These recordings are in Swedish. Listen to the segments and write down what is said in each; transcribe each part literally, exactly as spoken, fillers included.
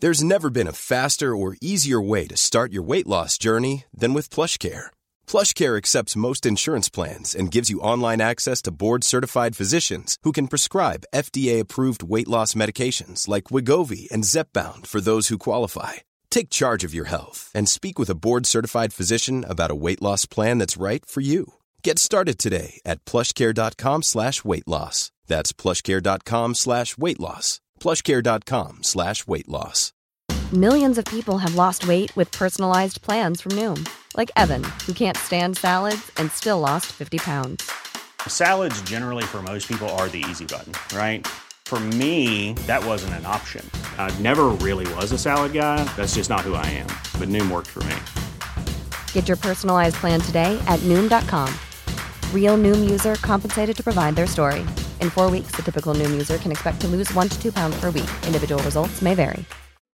There's never been a faster or easier way to start your weight loss journey than with PlushCare. PlushCare accepts most insurance plans and gives you online access to board-certified physicians who can prescribe F D A-approved weight loss medications like Wegovy and Zepbound for those who qualify. Take charge of your health and speak with a board-certified physician about a weight loss plan that's right for you. Get started today at plushcare.com slash weight loss. That's plushcare.com slash weight loss. plushcare.com slash weight loss. Millions of people have lost weight with personalized plans from Noom. Like Evan, who can't stand salads and still lost fifty pounds. Salads generally for most people are the easy button, right? For me, that wasn't an option. I never really was a salad guy. That's just not who I am. But Noom worked for me. Get your personalized plan today at Noom dot com. Real Noom user compensated to provide their story. In four weeks, the typical Noom user can expect to lose one to two pounds per week. Individual results may vary.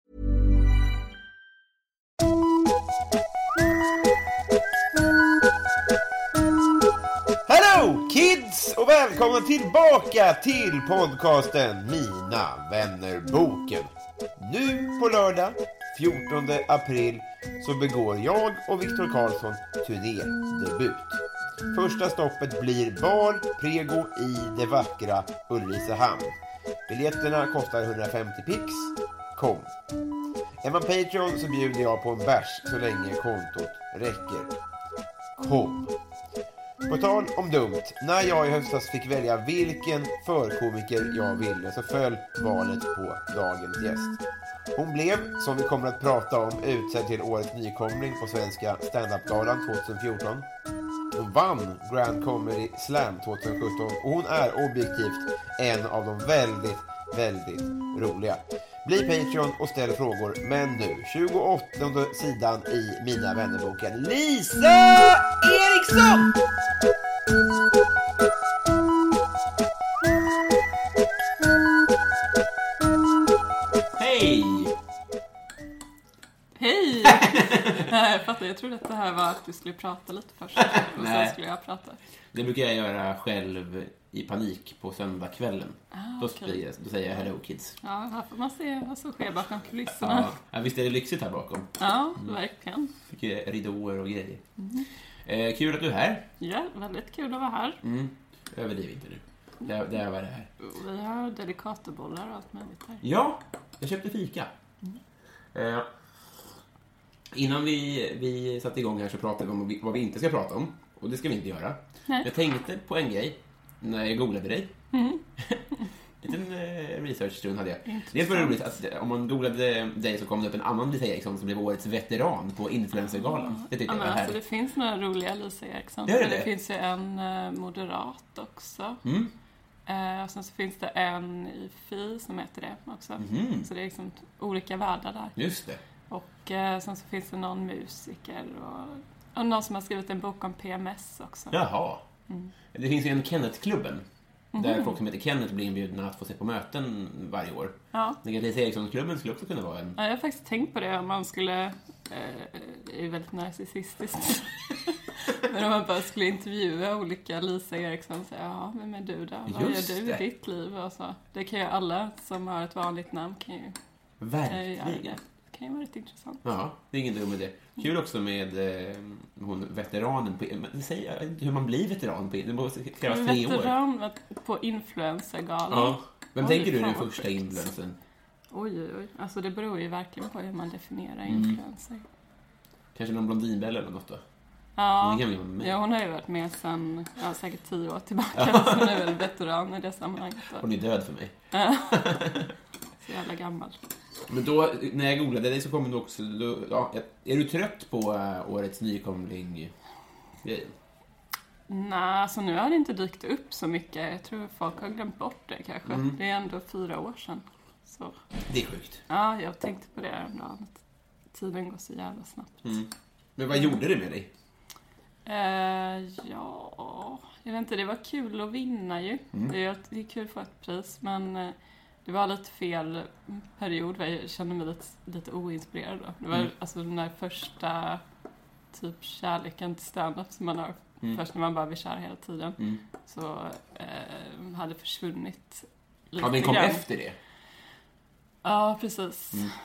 Hello kids och välkomna tillbaka till podcasten Mina vänner-boken. Nu på lördag fjortonde april så begår jag och Viktor Karlsson turnédebut. Första stoppet blir Bar Prego i det vackra Ulricehamn. Biljetterna kostar hundrafemtio pix. Kom. Är man Patreon så bjuder jag på en bärs så länge kontot räcker. Kom. På tal om dumt, när jag i höstas fick välja vilken förkomiker jag ville så föll valet på dagens gäst. Hon blev, som vi kommer att prata om, utsedd till årets nykomling på Svenska Stand-Up-galan tjugohundrafjorton. Hon vann Grand Comedy Slam tjugosjutton och hon är objektivt en av de väldigt, väldigt roliga. Bli Patreon och ställ frågor, men nu, tjugoåttonde sidan i Mina vännerboken, Lisa Eriksson! Hej! Hej! Nej, jag fattar, jag trodde att det här var att du skulle prata lite först. Och sen skulle jag prata. Det brukar jag göra själv i panik på söndagskvällen. Ah, då, okay. jag, då säger jag hello kids. Ja, här får man se vad som sker bakom kulisserna. Ja, visst är det lyxigt här bakom? Ja, mm. verkligen. Mycket ridåer och grejer. Mm. Eh, kul att du är här. Ja, väldigt kul att vara här. Mm. Överdriv inte nu. Det, det är vad det här. Vi har delikatobollar och allt möjligt här. Ja, jag köpte fika. Mm. Eh, innan vi, vi satte igång här så pratade vi om vad vi inte ska prata om. Och det ska vi inte göra. Nej. Jag tänkte på en grej när jag googlade dig. Mm. En liten eh, researchstund hade jag. Det var roligt att om man googlade dig så kom det upp en annan Lisa Eriksson som blev årets veteran på Influencergalan. Det tyckte ja, jag var alltså, det finns några roliga Lisa Eriksson. Det, det? det finns ju en uh, moderat också. Mm. Uh, och sen så finns det en i F I som heter det också. Mm. Så det är liksom olika världar där. Just det. Och uh, sen så finns det någon musiker och, och någon som har skrivit en bok om P M S också. Jaha. Mm. Det finns ju en Kenneth-klubben. Mm-hmm. Där folk som heter Kenneth blir inbjudna att få se på möten varje år. Ja. Den Lisa Eriksson-klubben skulle också kunna vara en... Ja, jag har faktiskt tänkt på det om man skulle... Eh, det är väldigt narcissistiskt. Men om man bara skulle intervjua olika Lisa Eriksson och säga, ja, vem är du då? Vad Just gör du det. i ditt liv? Och så. Det kan ju alla som har ett vanligt namn kan ju... Verkligen. Göra det. Det kan ju vara rätt intressant. Ja, det är ingen dum idé. Kul också med eh, hon veteranen på... Säg hur man blir veteran på... Det måste krävas tre år. Veteran på influencergalan. Ja. Vem oj, tänker du är den första influensen? Oj, oj, oj. Alltså det beror ju verkligen på hur man definierar influencer. Mm. Kanske någon blondinbälla eller något då? Ja, hon, ja, hon har ju varit med sedan ja, säkert tio år tillbaka. Ja. Så hon är väl veteran i det sammanhanget. Hon är död för mig. Så jävla gammal. Men då, när jag googlade dig så kommer du också... Då, ja, är du trött på uh, årets nykomling? Nej, alltså nu har det inte dykt upp så mycket. Jag tror folk har glömt bort det kanske. Mm. Det är ändå fyra år sedan. Så. Det är sjukt. Ja, jag tänkte på det häromdagen. Tiden går så jävla snabbt. Mm. Men vad gjorde det med dig? Uh, ja, jag vet inte. Det var kul att vinna ju. Mm. Det, är, det är kul att få ett pris, men... Uh, det var lite fel period. Jag kände mig lite, lite oinspirerad då. Det var mm. alltså den där första typ kärleken till stand-up som man har. Mm. Först när man bara vill köra hela tiden. Mm. Så eh, hade försvunnit lite. Ja, den kom grann efter det. Ja, precis. Mm.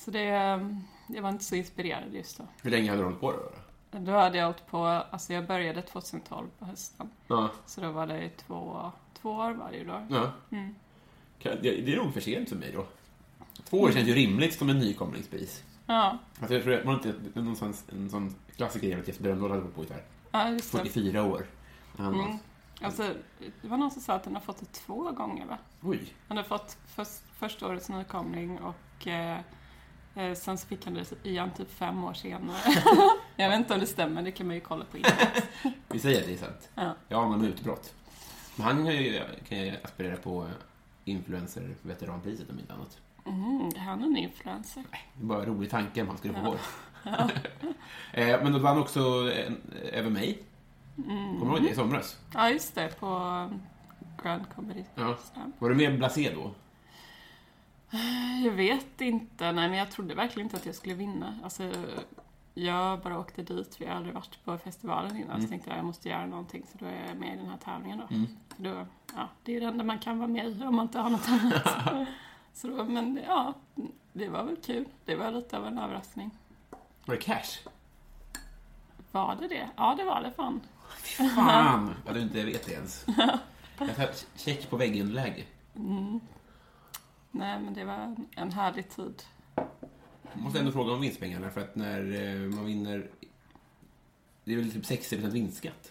så det, jag var inte så inspirerad just då. Hur länge hade du hållit på då? Då hade jag hållit på, alltså jag började tjugohundratolv på hösten. Ja. Så då var det två, två år varje dag. Ja. Mm. Det är nog för sent för mig då. Två år känns ju rimligt som en nykomlingspris. Ja. Alltså jag tror att man inte någonstans en sån klassiker är att Jesper Brännlöv hade på där. Ja, just det. fyrtiofyra år. Han Mm. Alltså, det var någon som sa att den har fått det två gånger, va? Oj. Han har fått för, första årets nykomling och eh, sen så fick han det igen typ fem år senare. Jag vet inte om det stämmer, det kan man ju kolla på internet. Vi säger att det är sant. Ja. Jag har någon utbrott. Men han kan ju, kan ju aspirera på influencer-veteranpriset om inte annat. Mm, han är en influencer. Det är bara en rolig tanke om han skulle få Ja. vår. Ja. eh, men då vann också en, Över mig. Mm. Kommer du ihåg det i somras? Ja, just det, på Grand Comedy. Ja. Var du mer blasé då? Jag vet inte, nej, men jag trodde verkligen inte att jag skulle vinna. Alltså, jag bara åkte dit, vi har aldrig varit på festivalen innan, mm. så tänkte jag jag måste göra någonting, så då är jag med i den här tävlingen då. Mm. Så då ja, det är det enda man kan vara med i om man inte har något annat. Så då, men ja, det var väl kul. Det var lite av en överraskning. Var det cash? Var det det? Ja, det var det fan. Fan, vad du inte vet det ens. Jag tar check på väggunderläge. Mm. Nej, men det var en härlig tid. Jag måste ändå fråga om vinstpengarna, för att när man vinner, det är väl typ sextio procent vinstskatt.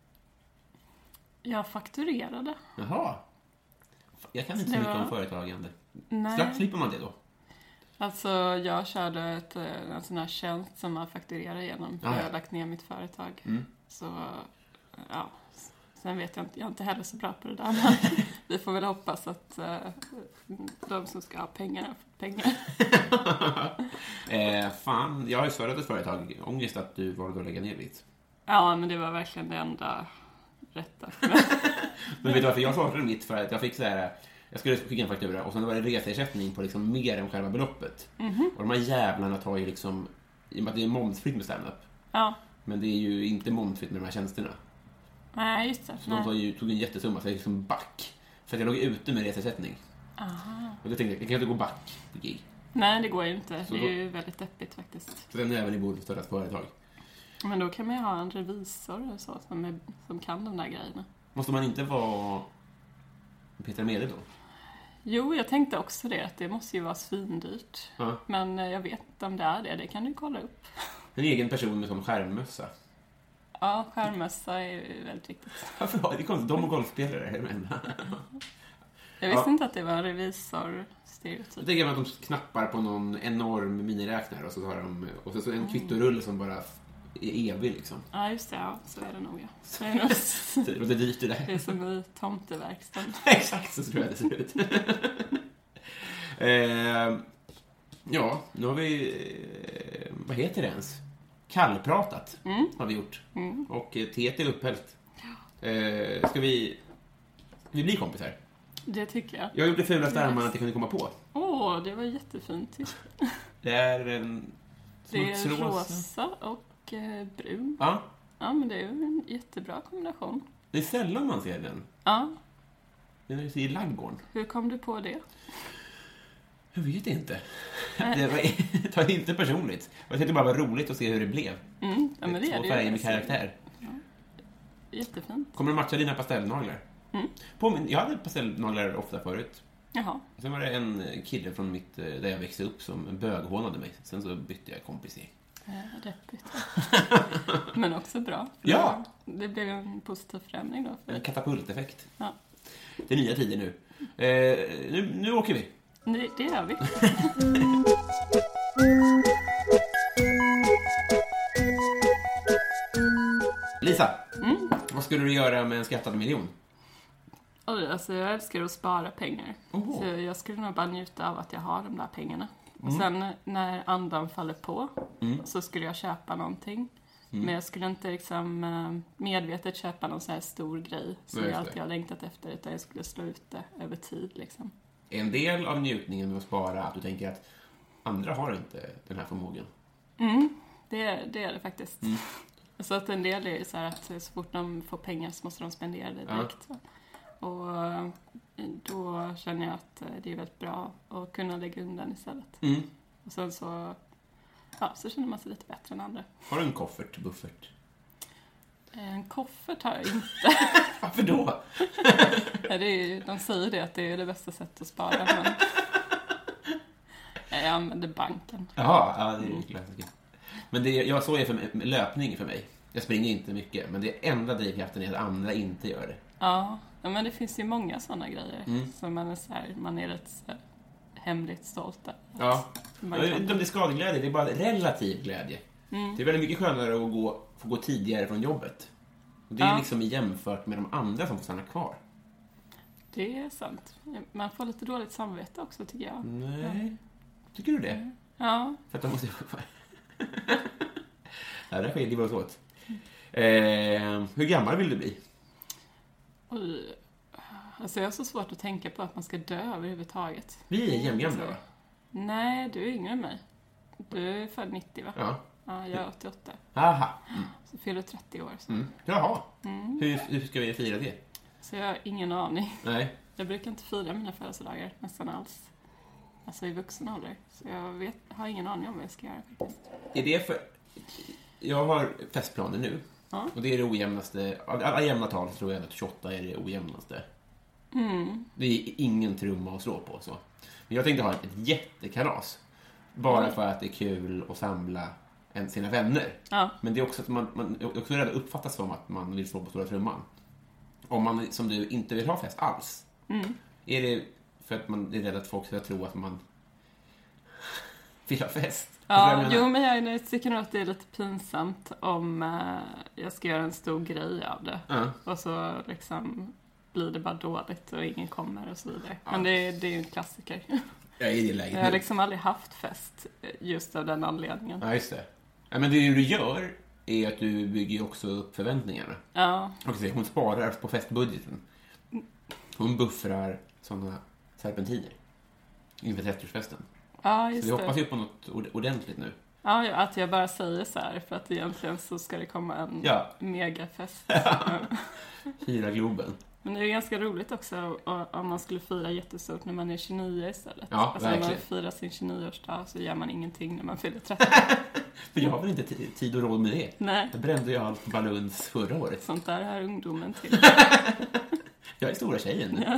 Jag fakturerade. Jaha. Jag kan inte så mycket var... om företagande. Nej. Strax slipper man det då? Alltså, jag körde ett, en sån här tjänst som man fakturerar igenom. För ah, ja. jag har lagt ner mitt företag. Mm. Så, ja. Sen vet jag inte, jag är inte heller så bra på det där. Men vi får väl hoppas att uh, de som ska ha pengarna får pengar. eh, fan, jag har ju startat ett företag. Ångest att du valde att lägga ner ditt. Ja, men det var verkligen det enda rätta. Men vet du varför jag startade mitt? För att jag fick så här, jag skulle skicka en faktura och sen var det reseersättning på liksom mer än själva beloppet. Mm-hmm. Och de här jävlarna tar ju liksom, i och med att det är momsfritt med stand-up. Ja. Men det är ju inte momsfritt med de här tjänsterna. Nej, just det. Så de tog, ju, tog en jättesumma, så jag liksom back. För att jag låg ute med reseersättning. Aha. Och då tänkte jag, jag kan inte gå back på gig. Nej, det går ju inte. Så det är då, ju väldigt deppigt faktiskt. Så den är även i bordet för ett företag. Men då kan man ju ha en revisor och så, som, är, som kan de där grejerna. Måste man inte vara Peter Mede då? Jo, jag tänkte också det, att det måste ju vara svindyrt. Ja. Men jag vet inte om det är det, det kan du kolla upp. En egen person med sån skärmmössa. Ja, skärmmössa är väldigt viktigt. Varför var det konstigt? De och golfspelare är det enda. Jag visste Ja. inte att det var en revisor-stereotyp. Jag tänker att de knappar på någon enorm miniräknare och så har de och så, så en kvittorulle som bara är evig liksom. Ja, just det. Ja, så är det nog, ja. Så är det, nog. Det låter dyrt det där. Det är som i tomteverkstan. Exakt så tror jag det ser ut. eh, ja, nu har vi eh, vad heter det ens? Kallpratat Mm. har vi gjort. Mm. Och eh, teet är upphällt. Eh, ska vi ska vi bli kompisar? Det tycker jag. Jag har gjort det fulaste Yes. armarna att jag kunde komma på. Åh, oh, det var jättefint. Det är en Det är smutsrosa. rosa och eh, brun. Ja, Ja, men det är ju en jättebra kombination. det är sällan man ser den. Ja, Den är i laggården. hur kom du på det? Jag vet inte. Nej. Det var, det var inte personligt. Jag tyckte bara det var roligt att se hur det blev. Mm, ja, men det är Två det färger ju. med karaktär. Jättefint. Kommer du matcha dina pastellnaglar? Mm. På min, jag hade pastellnaglar ofta förut. Jaha. Sen var det en kille från mitt, där jag växte upp som böghånade mig. Sen så bytte jag kompis i. Eh, deppigt. Men också bra. Ja. Det blev en positiv förändring då. För... En katapulteffekt. Ja. Det är nya tider nu. Eh, nu. Nu åker vi. Det, det gör vi. Lisa, Mm. vad skulle du göra med en skattad miljon? Oj, alltså jag älskar att spara pengar. Oh. Så jag skulle nog bara njuta av att jag har de där pengarna. Och Mm. sen när andan faller på Mm. så skulle jag köpa någonting. Mm. Men jag skulle inte liksom eh, medvetet köpa någon så här stor grej som Nej, jag just alltid det. har längtat efter, utan jag skulle slå ut det över tid liksom. En del av njutningen med att spara att du tänker att andra har inte den här förmågan. Mm, det, är- det är det faktiskt. Mm. Så att en del är ju så här att så fort de får pengar så måste de spendera det Ja. direkt. Va? Och eh, då känner jag att eh, det är väldigt bra att kunna lägga undan istället. Mm. Och sen så, ja, så känner man sig lite bättre än andra. Har du en koffert, buffert? En koffert har jag inte. Varför då? Ja, det är, de säger det att det är det bästa sättet att spara. Men jag använder banken. Jaha, ja, det är ju klassiker. Men det, jag så är för mig, löpning för mig. Jag springer inte mycket, men det enda drivkraften är att andra inte gör det. Ja, men det finns ju många sådana grejer. Mm. Så man är, så här, man är rätt så här, hemligt stolt där. Ja, Man det kan- är inte skadeglädje, det är bara relativ glädje. Mm. Det är väldigt mycket skönare att gå, få gå tidigare från jobbet. Och det är Ja. liksom jämfört med de andra som får stanna kvar. Det är sant. Man får lite dåligt samvete också, tycker jag. Nej, tycker du det? Ja, För att de måste... Ja, där skiljer vi oss åt. Eh, hur gammal vill du bli? oj. Alltså jag har så svårt att tänka på att man ska dö överhuvudtaget. Vi är jämngamla, va? Nej, du är yngre än mig. Du är född nittio, va? Ja. Ja, jag är åttioåtta. Aha. Mm. Så fyller trettio år. Så. Mm. Jaha. Mm. Hur, hur ska vi fira det? så jag har ingen aning. Nej. Jag brukar inte fira mina födelsedagar nästan alls. Alltså i vuxen ålder. Så jag vet, har ingen aning om vad jag ska göra faktiskt. Är det för... Jag har festplaner nu. Ja. Och det är det ojämnaste... Av alla jämna tal så tror jag att tjugoåtta är det ojämnaste. Mm. Det är ingen trumma att slå på. Så. Men jag tänkte ha ett, ett jättekalas. Bara Mm. för att det är kul att samla en, sina vänner. Ja. Men det är också att man, man är också rädd att uppfattas som att man vill slå på stora trumman. Om man, som du, inte vill ha fest alls. Mm. Är det för att man är rädd att folk ska tro att man vill ha fest? Ja, jo, men jag tycker nog att det är lite pinsamt om eh, jag ska göra en stor grej av det. Ja. Och så liksom blir det bara dåligt och ingen kommer och så vidare. Ja. Men det, det är ju en klassiker. Ja, i det läget Jag har nu. liksom aldrig haft fest just av den anledningen. Ja, just det. Ja, men det du gör är att du bygger också upp förväntningarna. Ja, Okej, hon sparar på festbudgeten. Hon buffrar sådana serpentiner inför trettioårsfesten. ja Så just vi hoppas det. ju på något ord- ordentligt nu. Ja, ja, att jag bara säger så här för att egentligen så ska det komma en Ja. megafest. Hyra Globen. Men det är ganska roligt också om man skulle fira jättestort när man är tjugonio istället. Ja, alltså när man verkligen. firar sin tjugonioårsdag så gör man ingenting när man fyller trettio. För jag har väl inte t- tid och råd med det. Nej, Jag brände ju allt på baluns förra året. sånt där har ungdomen till. Jag är stora tjejen nu.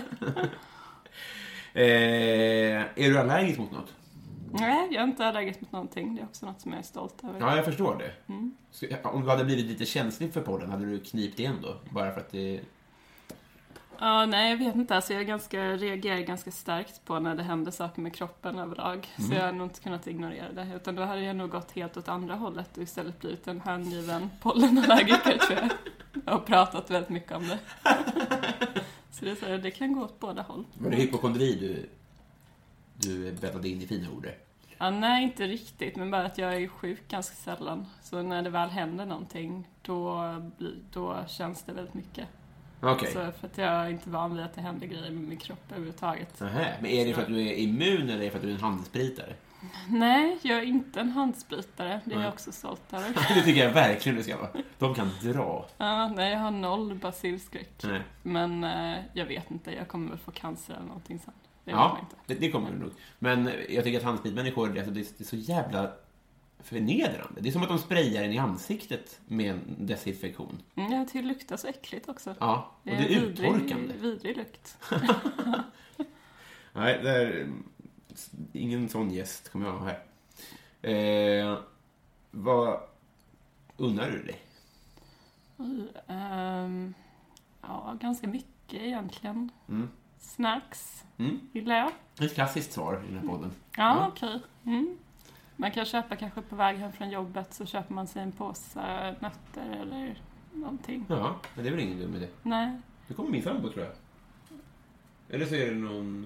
eh, är du allergisk mot något? Nej, jag är inte allergisk mot någonting. Det är också något som jag är stolt över. Ja, jag förstår det. Mm. Så, om du hade blivit lite känslig för podden, hade du knipt igen då? Bara för att det... Ja, nej, jag vet inte. Alltså, jag är ganska, reagerar ganska starkt på när det händer saker med kroppen överlag. Mm. Så jag har nog inte kunnat ignorera det. Utan då hade jag nog gått helt åt andra hållet och istället blivit en hängiven pollenallergiker, tror jag. Jag har pratat väldigt mycket om det. Så det, är så här, det kan gå åt båda håll. Var det hypokondri du, du bäddade in i fina ord? Ja, nej, inte riktigt. Men bara att jag är sjuk ganska sällan. Så när det väl händer någonting, då, blir, då känns det väldigt mycket. Okej. Så för att jag är inte van vid att det händer grejer med min kropp överhuvudtaget. Nähä. Men är det för att du är immun eller är det för att du är en handspritare? Nej, jag är inte en handspritare. Det är Nej. jag också stolt över. Det tycker jag verkligen du ska vara. De kan dra. Ja, nej, jag har noll basilskräck. Nej. Men eh, jag vet inte, jag kommer väl få cancer eller någonting sen. Det vet Ja, man inte. det, det kommer du nog. Men jag tycker att handspritmänniskor, alltså, det, är, det är så jävla förnedrande. Det är som att de sprayar en i ansiktet med en desinfektion. Mm, jag tycker det luktar så äckligt också. Ja, och det är vidrig, uttorkande. vidrig lukt. Nej, det är ingen sån gäst kommer jag ha här. Eh, vad unnar du dig? Oj, ehm, ja, ganska mycket egentligen. Mm. Snacks Mm. gillar jag. Ett klassiskt svar i den här podden. Ja, Ja. okej. Mm. Man kan köpa kanske på väg hem från jobbet så köper man sig en påse nötter eller någonting. Ja, men det är väl ingen dum idé. Nej. Det kommer min sambo, tror jag. Eller så är det någon...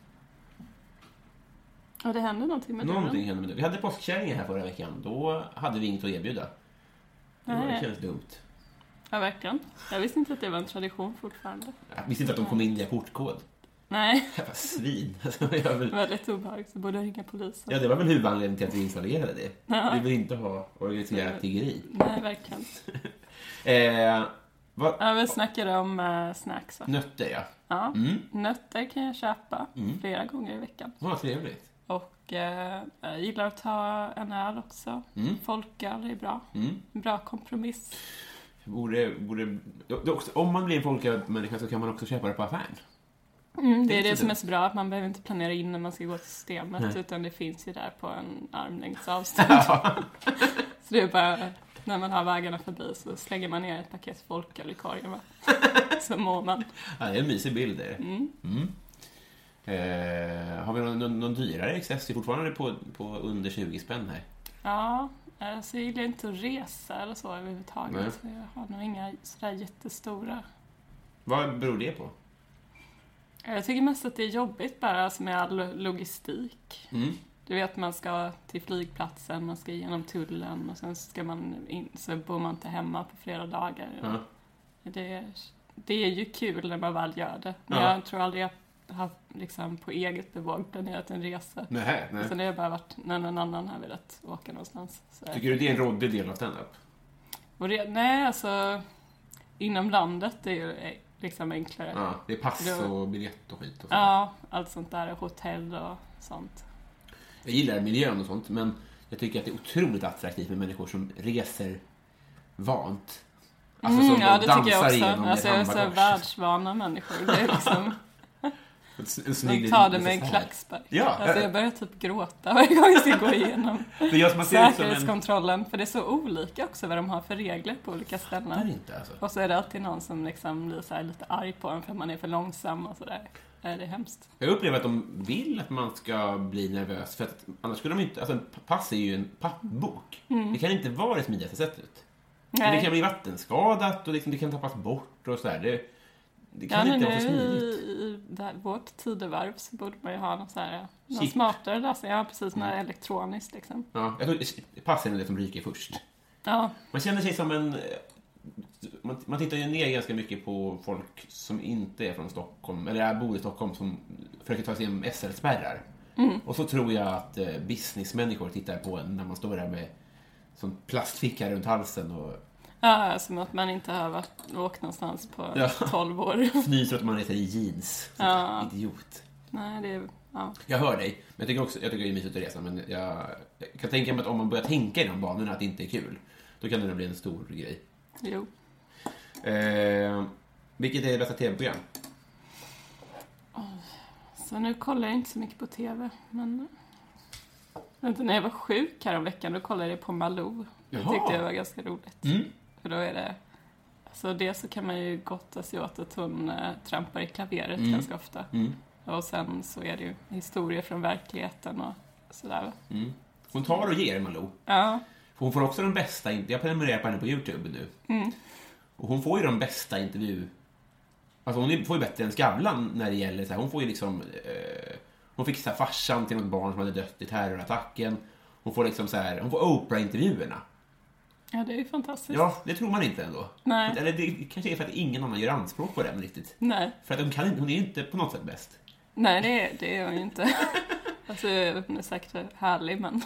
Och det händer någonting med Någonting dörren. hände med det. Vi hade påskkärringar här förra veckan. Då hade vi inget att erbjuda. Det, var, det Nej. känns dumt. Ja, verkligen. Jag visste inte att det var en tradition fortfarande. Jag visste inte att de kom in via kortkod. Nej, Jävla svin. Alltså, jag vill... väldigt obehagligt. Så borde ringa polisen. Ja, det var väl huvudanledningen till att vi installerade det. Ja. Vi vill inte ha organiserat tiggeri. Nej, verkligen. Eh, vad? Ja, vi snackade om äh, snacks. Va? Nötter, ja. Ja, Mm. nötter kan jag köpa Mm. flera gånger i veckan. Vad trevligt. Och och eh, jag gillar att ta en öl också. Mm. Folköl är bra. Mm. Bra kompromiss. Borde, borde, om man blir en folkölmänniska så kan man också köpa det på affären. Mm, det är det det är som det. är så bra, att man behöver inte planera in när man ska gå till systemet. Nej. Utan det finns ju där på en armlängds avstånd. Ja. Så det är bara, när man har vägarna förbi så slänger man ner ett paket folköl i korgen, va? Så mår man. Ja, det är en mysig bild där. Mm. Mm. Eh, har vi någon, någon, någon dyrare excess? Det är fortfarande på, på under tjugo spänn här. Ja, alltså jag gillar inte att resa eller så överhuvudtaget. Nej. Så jag har nog inga sådär jättestora. Vad beror det på? Jag tycker mest att det är jobbigt bara, alltså med all logistik. Mm. Du vet, man ska till flygplatsen, man ska genom tullen och sen ska man in, så bor man inte hemma på flera dagar. Ja. Det, det är ju kul när man väl gör det. Men Ja. jag tror aldrig jag har liksom på eget bevåg planerat en resa. Nej, nej. Sen det har bara varit när någon annan har velat åka någonstans. Så Tycker du det är en råddig del av stand-up? och det, nej, alltså inom landet det är ju liksom enklare. Ja, det är pass Då- och biljett och skit och sånt. Ja, allt sånt där, hotell och sånt. Jag gillar miljön och sånt, men jag tycker att det är otroligt attraktivt med människor som reser vant. Alltså som Mm, ja, de det tycker jag dansar också. igenom Alltså, ett jag är så här handbagage. världsvana människor. Det är liksom, En s- en snygg de tar det liten med en så här. klackspark. Ja. Alltså, jag börjar typ gråta varje gång jag ska gå igenom Det gör som man ser ut som en... säkerhetskontrollen. För det är så olika också vad de har för regler på olika Det är ställen. inte alltså. Och så är det alltid någon som liksom blir så här lite arg på en för att man är för långsam och sådär. Det är hemskt. Jag upplever att de vill att man ska bli nervös, för att annars skulle de inte... Alltså en pass är ju en pappbok. Det kan inte vara det smidigaste sättet. Men det Nej. kan bli vattenskadat och liksom det kan tappas bort och sådär. Det, det Ja, kan men inte nu vara så i, smidigt. i där- vårt tidevarv så borde man ju ha någon, så här, någon Chip. smartare lösning. Ja, precis, något elektroniskt liksom. Ja, jag tror pass är det som ryker först. Ja, Man känner sig som en... Man, man tittar ju ner ganska mycket på folk som inte är från Stockholm, eller är bor i Stockholm, som försöker ta sig igenom S L-spärrar. Mm. Och så tror jag att eh, businessmänniskor tittar på en när man står där med sån plastficka runt halsen och ja, som att man inte har varit, åkt någonstans på Ja. tolv år. fnyser att man reser i jeans. Så Ja. Idiot. Nej, det är... Ja. Jag hör dig, men jag tycker också jag tycker det är mysigt att resa, men jag, jag kan tänka mig att om man börjar tänka i de banorna att det inte är kul, då kan det nog bli en stor grej. Jo. Eh, vilket är det bästa tv-program? Så nu kollar jag inte så mycket på tv, men... Vänta, när jag var sjuk här om veckan, då kollade jag på Malou. Det Jaha. tyckte jag var ganska roligt. Mm. För då är det... Så det så kan man ju gotta sig åt att hon äh, trampar i klaveret Mm. ganska ofta. Mm. Och sen så är det ju historier från verkligheten och sådär. Mm. Hon tar och ger Malou. Ja. För hon får också de bästa... Jag prenumererar på henne på YouTube nu. Mm. Och hon får ju de bästa intervju... Alltså hon får ju bättre än Skavlan när det gäller så här, hon får ju liksom eh, hon fick så här farsan till något barn som hade dött i terrorattacken. Hon får liksom så här, hon får Oprah-intervjuerna. Ja, det är ju fantastiskt. Ja, det tror man inte ändå. Nej. Eller det kanske är för att ingen annan gör anspråk på den riktigt. Nej. För att de kan, hon är ju inte på något sätt bäst. Nej, det är, det är hon ju inte. Alltså, hon är säkert härlig, men...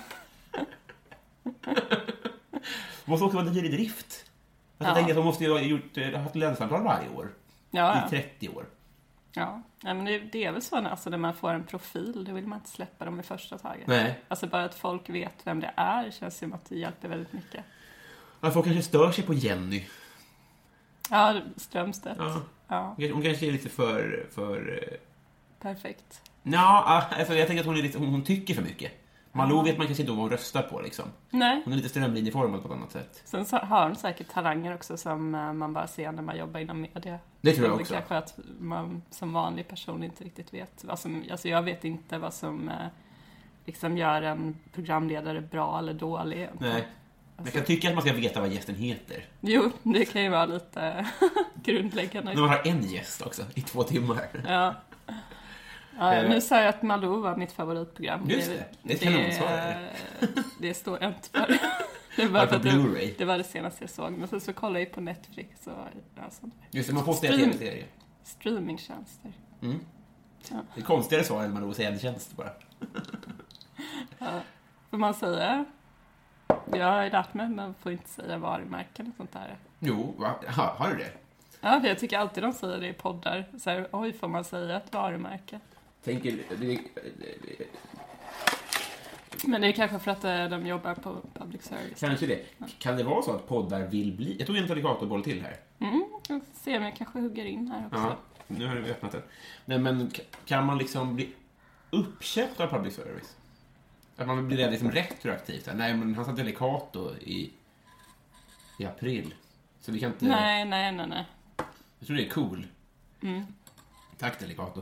Hon måste också vara dyr i drift. Alltså, Ja. jag tänker att hon måste ju ha gjort, ha haft lönsamtal varje år. Ja, I ja. trettio år. Ja, nej, men det, det är väl så när, alltså, när man får en profil, då vill man inte släppa dem i första taget. Nej. Alltså bara att folk vet vem det är känns som att det hjälper väldigt mycket. Ja, folk kanske stör sig på Jenny. Ja, Strömstedt. Ja. Ja, Hon kanske är lite för... för eh, perfekt. Ja, alltså jag tänker att hon, är lite, hon, hon tycker för mycket. Malou vet man kanske inte vad hon röstar på liksom. Nej, Hon är lite strömlinjeformad på ett annat sätt. sen så har hon säkert talanger också som eh, man bara ser när man jobbar inom media. Det tror jag Det också. kanske att man som vanlig person inte riktigt vet vad som, alltså jag vet inte vad som eh, liksom gör en programledare bra eller dålig egentligen. Nej. Jag kan tycka att man ska veta vad gästen heter. Jo, det kan ju vara lite grundläggande. När man har en gäst också, i två timmar. Ja. Ja, nu sa jag att Malou var mitt favoritprogram. Just det, det är ett kanonsvar, är det, det står jag inte för. Det var, Ja, för på att det, Blu-ray. det var det senaste jag såg. Men sen så kollade jag på Netflix och alltså, Just det, man får säga Stream- tv-serier. streamingtjänster. Mm. Ja. Det är konstigare svar än Malou säger en tjänst bara. Ja. Får man säga? Jag har ju lärt mig, men får inte säga varumärken och sånt där. Jo, va? Ha, har du det? Ja, för jag tycker alltid de säger det i poddar. Så här, oj, får man säga ett varumärke? Tänker... Det, det, Men det är kanske för att de jobbar på public service. Kanske det. Kan det vara så att poddar vill bli... Jag tog en alligatorboll till här. Mm, jag ser om jag kanske hugger in här också. Ja, nu har vi öppnat den. Nej, men kan man liksom bli uppköpt av public service? Att man blir liksom retroaktivt. Nej, men han satt Delicato i, i april. Så vi kan inte... Nej, nej, nej, nej. Jag tror det är cool. Mm. Tack, Delicato.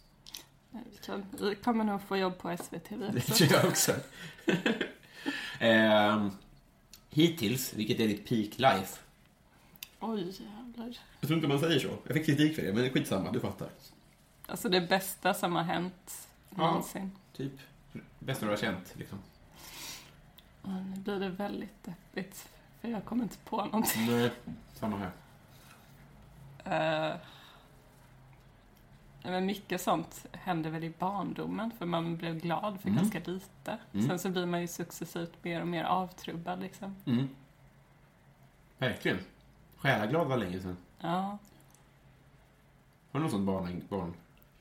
Vi kommer nog få jobb på S V T. Det tror jag också. eh, hittills, vilket är ditt peak life? Oj, jävlar. Jag tror inte man säger så. Jag fick kritik för det, men det är skitsamma, du fattar. Alltså det bästa som har hänt någonsin. Ja, typ. Bästa du har känt, liksom. Och nu blir det väldigt deppigt, för jag kommer inte på någonting. Nej, samma här. Uh, men mycket sånt hände väl i barndomen, för man blev glad för mm. ganska lite. Mm. Sen så blir man ju successivt mer och mer avtrubbad, liksom. Mm. Verkligen. Själaglad var länge sedan. Ja. Har du någon sån barn? barn?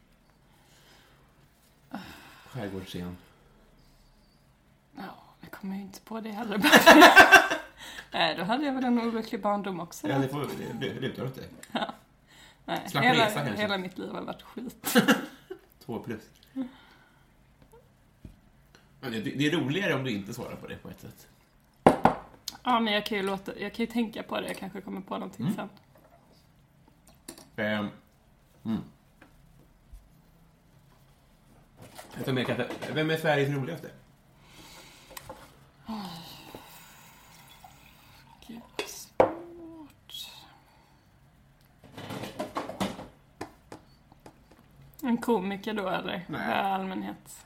Skärgårdsscen. Ja, jag kommer ju inte på det heller. Nej, då hade jag väl en olycklig barndom också. Ja, det får det lutar åt dig. Ja. Nej, Slapp hela, resa kanske. Hela mitt liv har varit skit. Två plus. Men det, det är roligare om du inte svarar på det på ett sätt. Ja, men jag kan ju låta, jag kan ju tänka på det. Jag kanske kommer på någonting mm. sen. Um, mm. Jag tar med kanske. Vem är Sveriges roligaste? Oh. Gud, svårt. En komiker då, eller? Nej. För allmänhet.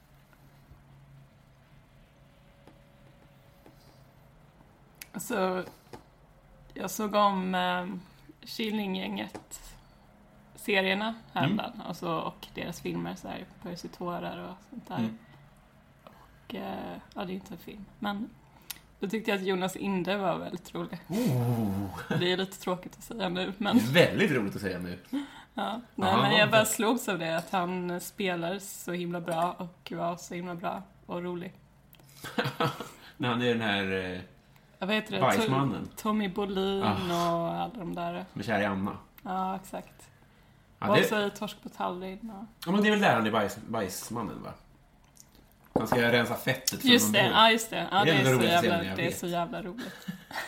Alltså, jag såg om eh, Killinggänget serierna häromdagen, mm. alltså, och deras filmer så här, Percy tårar och sånt där. Mm. Och eh, ja, det är inte en film, men då tyckte jag att Jonas Inde var väldigt rolig. Oh. Det är lite tråkigt att säga nu, men väldigt roligt att säga nu. Ja, nej, men jag bara slogs av det, att han spelar så himla bra och var så himla bra och rolig. När han är den här eh, jag vet det, bajsmannen. Tommy Bolin ah. och alla de där. Med kär i Anna. Ja, exakt. Ja, och det... också i Torsk på Tallinn. Och... Ja, men det är väl där han är bajs, bajsmannen, va? Han ska rensa fettet. Just det, ja just det. Ja, det, det, är, så jävla, det är så jävla roligt.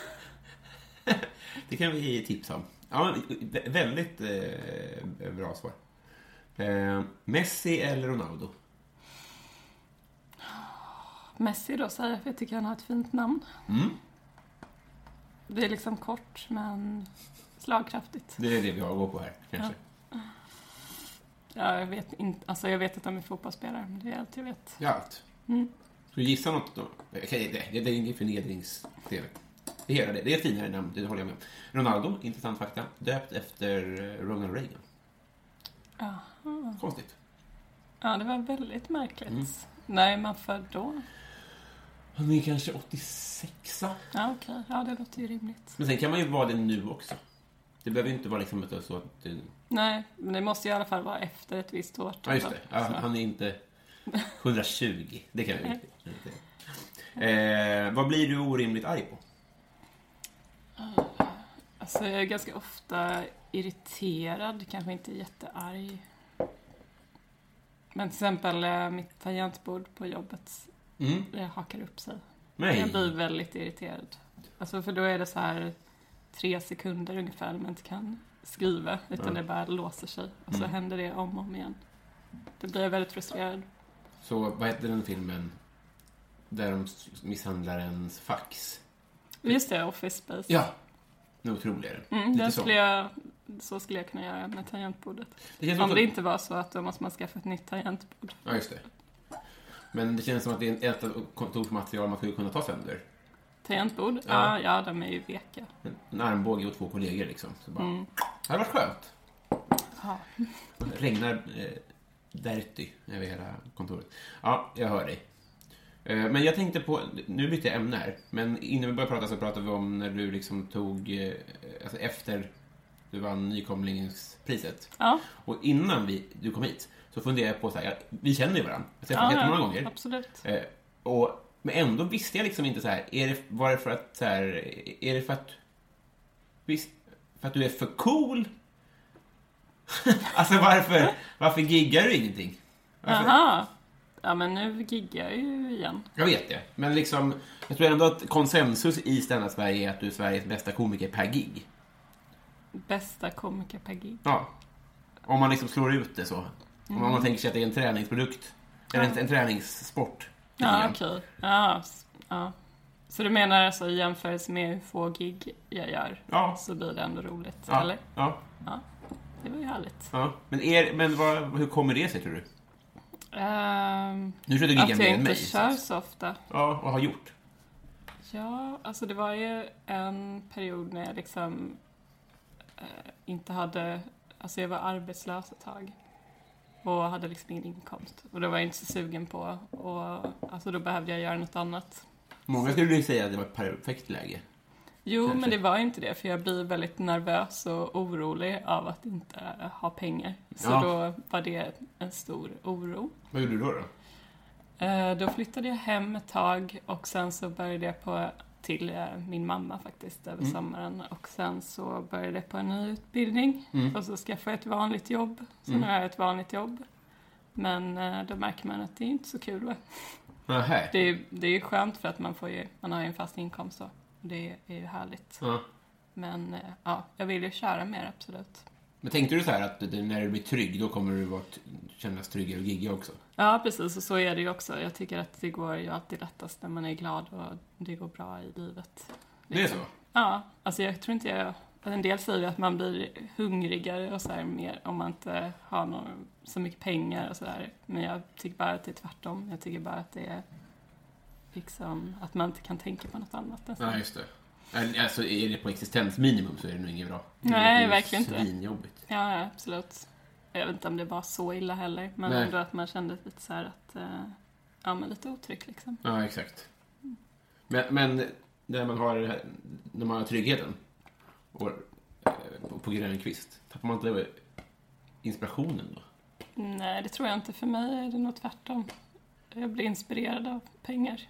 Det kan vi tipsa om. Ja, väldigt eh, bra svar. Eh, Messi eller Ronaldo? Messi då, säger jag, för jag tycker han har ett fint namn. Mm. Det är liksom kort, men slagkraftigt. Det är det vi har att gå på här, kanske. Ja, ja jag vet inte. Alltså jag vet att de är fotbollsspelare, men det är allt jag vet. Ja, allt. Mm. Ska du gissa något då? Okay, det, det är ingen förnedrings-tv. Det är det. Det är ett finare namn, det håller jag med om. Ronaldo, intressant fakta, döpt efter Ronald Reagan. Aha. Konstigt. Ja, det var väldigt märkligt. Mm. När är man för då? Han är kanske åttiosex. Ja, okej. Okay. Ja, det låter ju rimligt. Men sen kan man ju vara det nu också. Det behöver ju inte vara liksom ett, så att det... Nej, men det måste i alla fall vara efter ett visst år. Ja, just det. Ja, han är inte hundratjugo. Det kan jag inte. Eh, vad blir du orimligt arg på? Alltså, jag är ganska ofta irriterad. Kanske inte jättearg. Men till exempel mitt tangentbord på jobbet mm. jag hakar upp sig. Nej. Jag blir väldigt irriterad. Alltså, för då är det så här tre sekunder ungefär man inte kan skriva, utan ja. det bara låser sig. Och så mm. händer det om och om igen. Det blir jag väldigt frustrerad. Så vad heter den filmen där de misshandlar ens fax? Just det, Office Space. Ja, nu otroligare. Mm, den skulle jag, så skulle jag kunna göra med tangentbordet. Det om det att... inte var så att då måste man skaffa ett nytt tangentbord. Ja, just det. Men det känns som att det är ett kontorsmaterial man skulle kunna ta sönder. Tangentbord? Ja, ja, ja, de är ju veka. En armbåge och två kollegor liksom. Så bara, mm. det hade varit skönt. Ja. Det regnar eh, dirty över hela kontoret. Ja, jag hör dig. Eh, men jag tänkte på, nu bytte jag ämne här. Men innan vi började prata så pratade vi om när du liksom tog, eh, alltså efter du vann nykomlingspriset. Ja. Och innan vi, du kom hit så funderade jag på så här, vi känner ju varandra. Jag har sett ja, jättemånga gånger. Absolut. Eh, Och, men ändå visste jag liksom inte så här, är det, var det för att så här, är det för att visst, för att du är för cool? Alltså varför, varför giggar du ingenting? Varför? Aha. Ja, men nu giggar jag ju igen. Jag vet det. Men liksom, jag tror ändå att konsensus i Stand-up Sverige är att du är Sveriges bästa komiker per gig. Bästa komiker per gig. Ja. Om man liksom slår ut det så. Mm. Om man tänker sig att det är en träningsprodukt. Eller en, en träningssport. Ja, okej. Okay. Ja, ja. Så du menar alltså i jämförelse med hur få gig jag gör, ja. Så blir det ändå roligt, ja. eller? Ja. Ja. Det var ju härligt. Ja. Men, är, men vad, hur kommer det sig, tror du? Um, nu tror du gigga att med jag inte mig, kör så. så ofta. Ja, vad har gjort? Ja, alltså det var ju en period när jag liksom eh, inte hade, alltså jag var arbetslös ett tag och hade liksom ingen inkomst. Och då var jag inte så sugen på, och alltså då behövde jag göra något annat. Många skulle ju säga att det var ett perfekt läge. Jo, Kanske. men det var inte det, för jag blir väldigt nervös och orolig av att inte ha pengar. Så ja. Då var det en stor oro. Vad gjorde du då? då? Eh, då flyttade jag hem ett tag och sen så började jag på till eh, min mamma faktiskt över mm. sommaren. Och sen så började jag på en ny utbildning mm. och så skaffade jag ett vanligt jobb. Så mm. nu har jag ett vanligt jobb. Men eh, då märker man att det är inte så kul, va? Nähä. Det är, det är ju skönt för att man, får ju, man har ju en fast inkomst då. Det är ju härligt. Ja. Men ja, jag vill ju köra mer, absolut. Men tänkte du så här att när du blir trygg, då kommer du att kännas tryggare och gigga också? Ja, precis. Och så är det ju också. Jag tycker att det går ju alltid lättast när man är glad och det går bra i livet. Liksom. Det är så? Ja, alltså jag tror inte jag... En del säger att man blir hungrigare och så här mer om man inte har någon, så mycket pengar och så där. Men jag tycker bara att det är tvärtom. Jag tycker bara att det är liksom att man inte kan tänka på något annat. Ja, ah, just det. Alltså är det på existensminimum så är det nog inget bra. Nej, verkligen inte. Svinjobbigt. Ja, ja, absolut. Jag vet inte om det var så illa heller. Men Nej. Ändå att man kände lite så här att... Ja, men lite otrygg liksom. Ja, exakt. Men, men när man har när man har tryggheten och, på, på grön kvist, tappar man inte inspirationen då? Nej, det tror jag inte. För mig är det nog tvärtom. Jag blir inspirerad av pengar.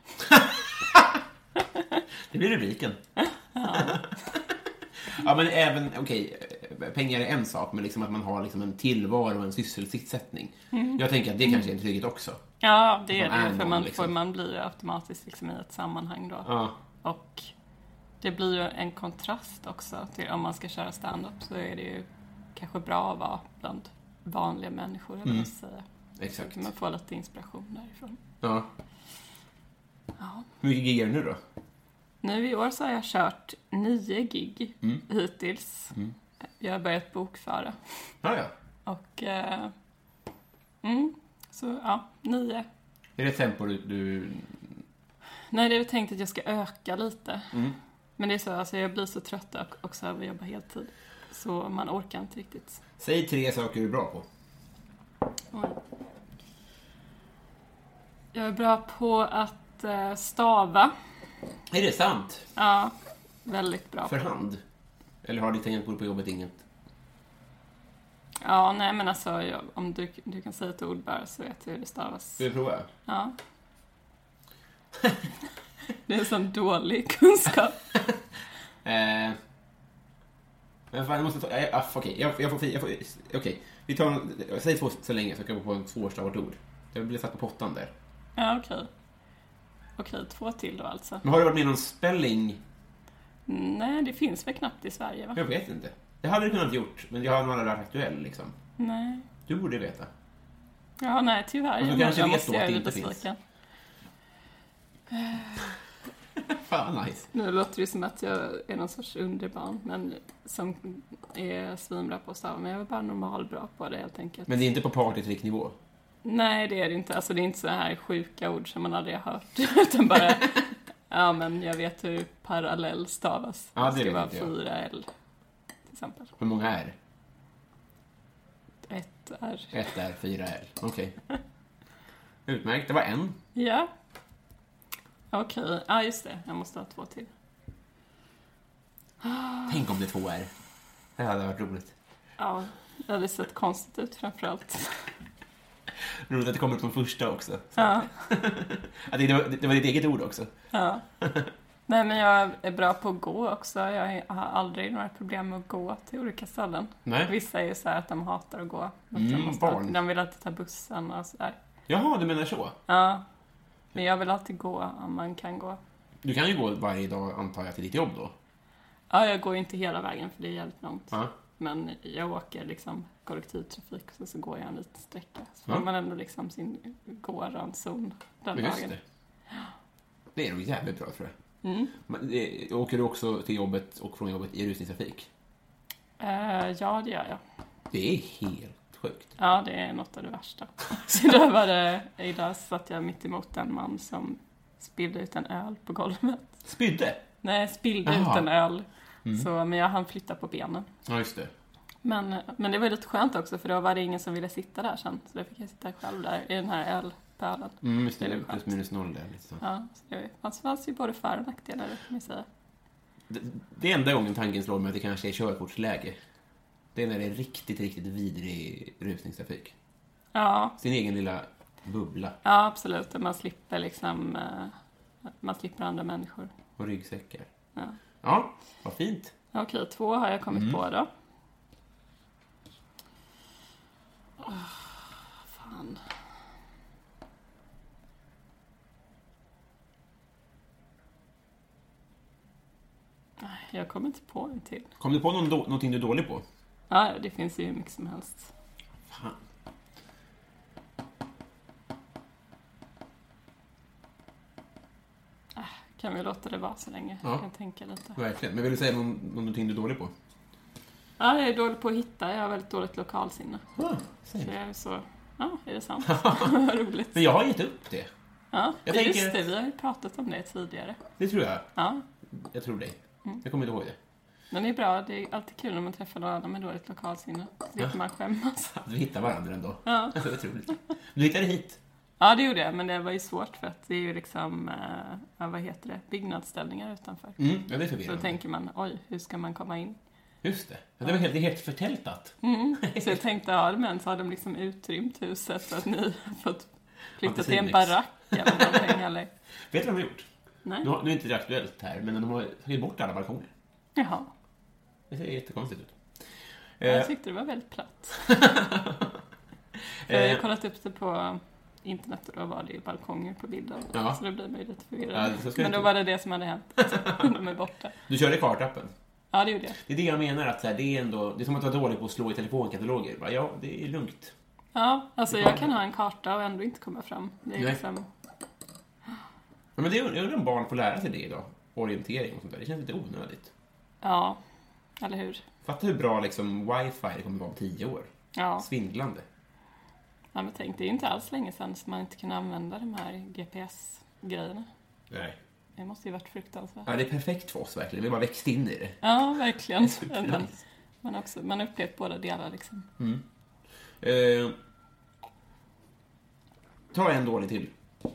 Det blir rubriken. Ja. Ja, men även, okej, okay, pengar är en sak, men liksom att man har liksom en tillvaro och en sysselsättning. Mm. Jag tänker att det kanske är en trygghet också. Ja, det är det. är för någon, man, liksom. får, man blir automatiskt liksom i ett sammanhang då. Ja. Och det blir ju en kontrast också till om man ska köra stand-up, så är det ju kanske bra att vara bland vanliga människor, eller mm. säga. Exakt. Så man får lite inspiration därifrån. Ja. Ja. Hur mycket gig är det nu då? Nu i år så har jag kört nio gig mm. hittills. Mm. Jag har börjat bokföra. Ah, ja. Och eh, mm, så ja, nio. Är det tempo du... du... Nej, det är tänkt att jag ska öka lite. Mm. Men det är så, alltså jag blir så trött också av att jobba heltid. Så man orkar inte riktigt. Säg tre saker du är bra på. Oj. Jag är bra på att eh, stava. Är det sant? Ja, väldigt bra. För hand? Eller har ditt tangentbord på jobbet inget? Ja, nej men alltså jag, om du, du kan säga ett ord bara så vet jag hur det stavas. Ska vi prova? Ja. Det är en sån dålig kunskap. eh, men fan, jag måste ta... Eh, okej, okay, jag, jag får... Jag får okej, okay. Vi tar... Säg två så länge så kan jag gå på en svårstavat ord. Jag blir satt på pottan där. Ja, okej. Okay. Okej, två till då alltså. Men har du varit med i någon spelling? Nej, det finns väl knappt i Sverige, va? Jag vet inte. Det hade du kunnat gjort, men jag har någon varit aktuell liksom. Nej. Du borde veta. Ja, nej, tyvärr. Och du jag kanske jag vet måste då att det göra inte besviken. Fan, nice. Nu låter det som att jag är någon sorts underbarn, men som är svinbra på att stava. Men jag är bara normal bra på det helt enkelt. Men det är inte på partytricknivå? Nej, det är det inte. Alltså det är inte så här sjuka ord som man aldrig har hört. Utan bara, ja men jag vet hur parallell stavas. Ja, det, det ska vara inte fyra L till exempel. Hur många är? Ett R. Ett R, fyra L. Okej. Okay. Utmärkt, det var en. Ja. Okej, okay. Ja just det. Jag måste ha två till. Tänk om det är två R. Det hade varit roligt. Ja, det hade sett konstigt ut framförallt. Roligt att det kommer upp de första också. Ja. Att det, var, det var ditt eget ord också. Ja. Nej, men jag är bra på att gå också. Jag har aldrig några problem med att gå till olika ställen. Nej. Vissa är ju så här att de hatar att gå. Att Mm, de, måste, barn. de vill alltid ta bussen och sådär. Jaha, du menar så? Ja, men jag vill alltid gå om man kan gå. Du kan ju gå varje dag, antar jag, till ditt jobb då. Ja, jag går ju inte hela vägen för det är jävligt långt. Ja. Men jag åker liksom kollektivtrafik och så går jag en liten sträcka. Så får Ja. man ändå liksom sin gåranzon den Men just dagen. det. Det är nog jävligt bra, tror jag. Mm. Men, eh, åker du också till jobbet och från jobbet i rusningstrafik? Uh, ja, det gör jag. Det är helt sjukt. Ja, det är något av det värsta. Så idag var det, idag satt jag mitt emot en man som spillde ut en öl på golvet. Spydde? Nej, spillde Aha. ut en öl. Mm. Så, men jag hann flytta på benen. Ja, just det. Men, men det var lite skönt också, för då var det ingen som ville sitta där sen. Så då fick jag sitta själv där i den här ölpölen. Mm, just det. Det är Plus skönt. minus noll där. Lite så. Ja, så det fanns, fanns ju både för- och nackdelar, kan jag säga. Det, det är enda gången tanken slår mig att det kanske är körkortsläge. Det är när det är riktigt, riktigt vidrig rusningstrafik. Ja, Sin egen lilla bubbla ja absolut. Man slipper liksom, eh, man slipper andra människor. och ryggsäckar. Ja. Ja, vad fint. Okej, två har jag kommit Mm. på då. Åh, fan. Nej, jag kommer inte på en till. Kom du på någon då, någonting du är dålig på? Ja, det finns ju hur mycket som helst. Fan. Kan vi låta det vara så länge? Ja. Jag kan tänka lite. Verkligen. Men vill du säga någon, någonting du är dålig på? Ja, jag är dålig på att hitta. Jag har väldigt dåligt lokalsinne. Ah, Så säg. jag är så... Ja, är det sant? Vad roligt. Men jag har gett upp det. Ja, Jag just tänker- det. Vi har ju pratat om det tidigare. Det tror jag. Ja, Jag tror dig. Mm. Jag kommer inte ihåg det. men det är bra. Det är alltid kul när man träffar någon annan med dåligt lokalsinne. Så slipper man skämmas. Att vi hittar varandra ändå. Ja. Det är otroligt. Du hittade hit. Ja, det gjorde jag. Men det var ju svårt för att det är ju liksom, eh, ja, vad heter det, byggnadsställningar utanför. Mm, ja, det är Så förvirrande. tänker man, oj, hur ska man komma in? Just det. Ja, det var helt, det är helt förtältat. Mm. Så jag tänkte, ja, men så har de liksom utrymt huset så att ni har fått flytta till en Fantasiniks. barack eller någonting, eller? Vet du vad de har gjort? Nej? Nu, har- nu är inte det aktuellt här, men de har tagit bort alla balkonger. Jaha. Det ser jättekonstigt ut. Jag Eh, tyckte det var väldigt platt. För jag eh, har kollat upp det på internet och då var det ju balkonger på bilden. Ja. Så då blir man ju lite förvirrad. Ja, så ska Men det då inte- var det det som hade hänt. Så de är borta. du körde kartappen. Ja, det gjorde jag. Det är det jag menar, att så här, det är ändå, det är som att vara dålig på att slå i telefonkataloger. Bara, ja, det är lugnt. Ja, alltså jag kan ha en karta och ändå inte komma fram. Det är Nej. liksom... Ja, men det är, jag undrar om barn får lära sig det idag. Orientering och sånt där. Det känns lite onödigt. Ja, eller hur? Fatta hur bra liksom wifi det kommer vara om tio år. Ja, Svindlande. ja men tänk, det är ju inte alls länge sedan som man inte kunde använda de här G P S-grejerna. Nej. Det måste ju varit fruktansvärt. Ja, det är perfekt för oss verkligen. Vi har bara växt in i det. Ja, verkligen. Supernice. Men, man, också, man har upplevt båda delar liksom. Mm. Eh, ta en dålig till.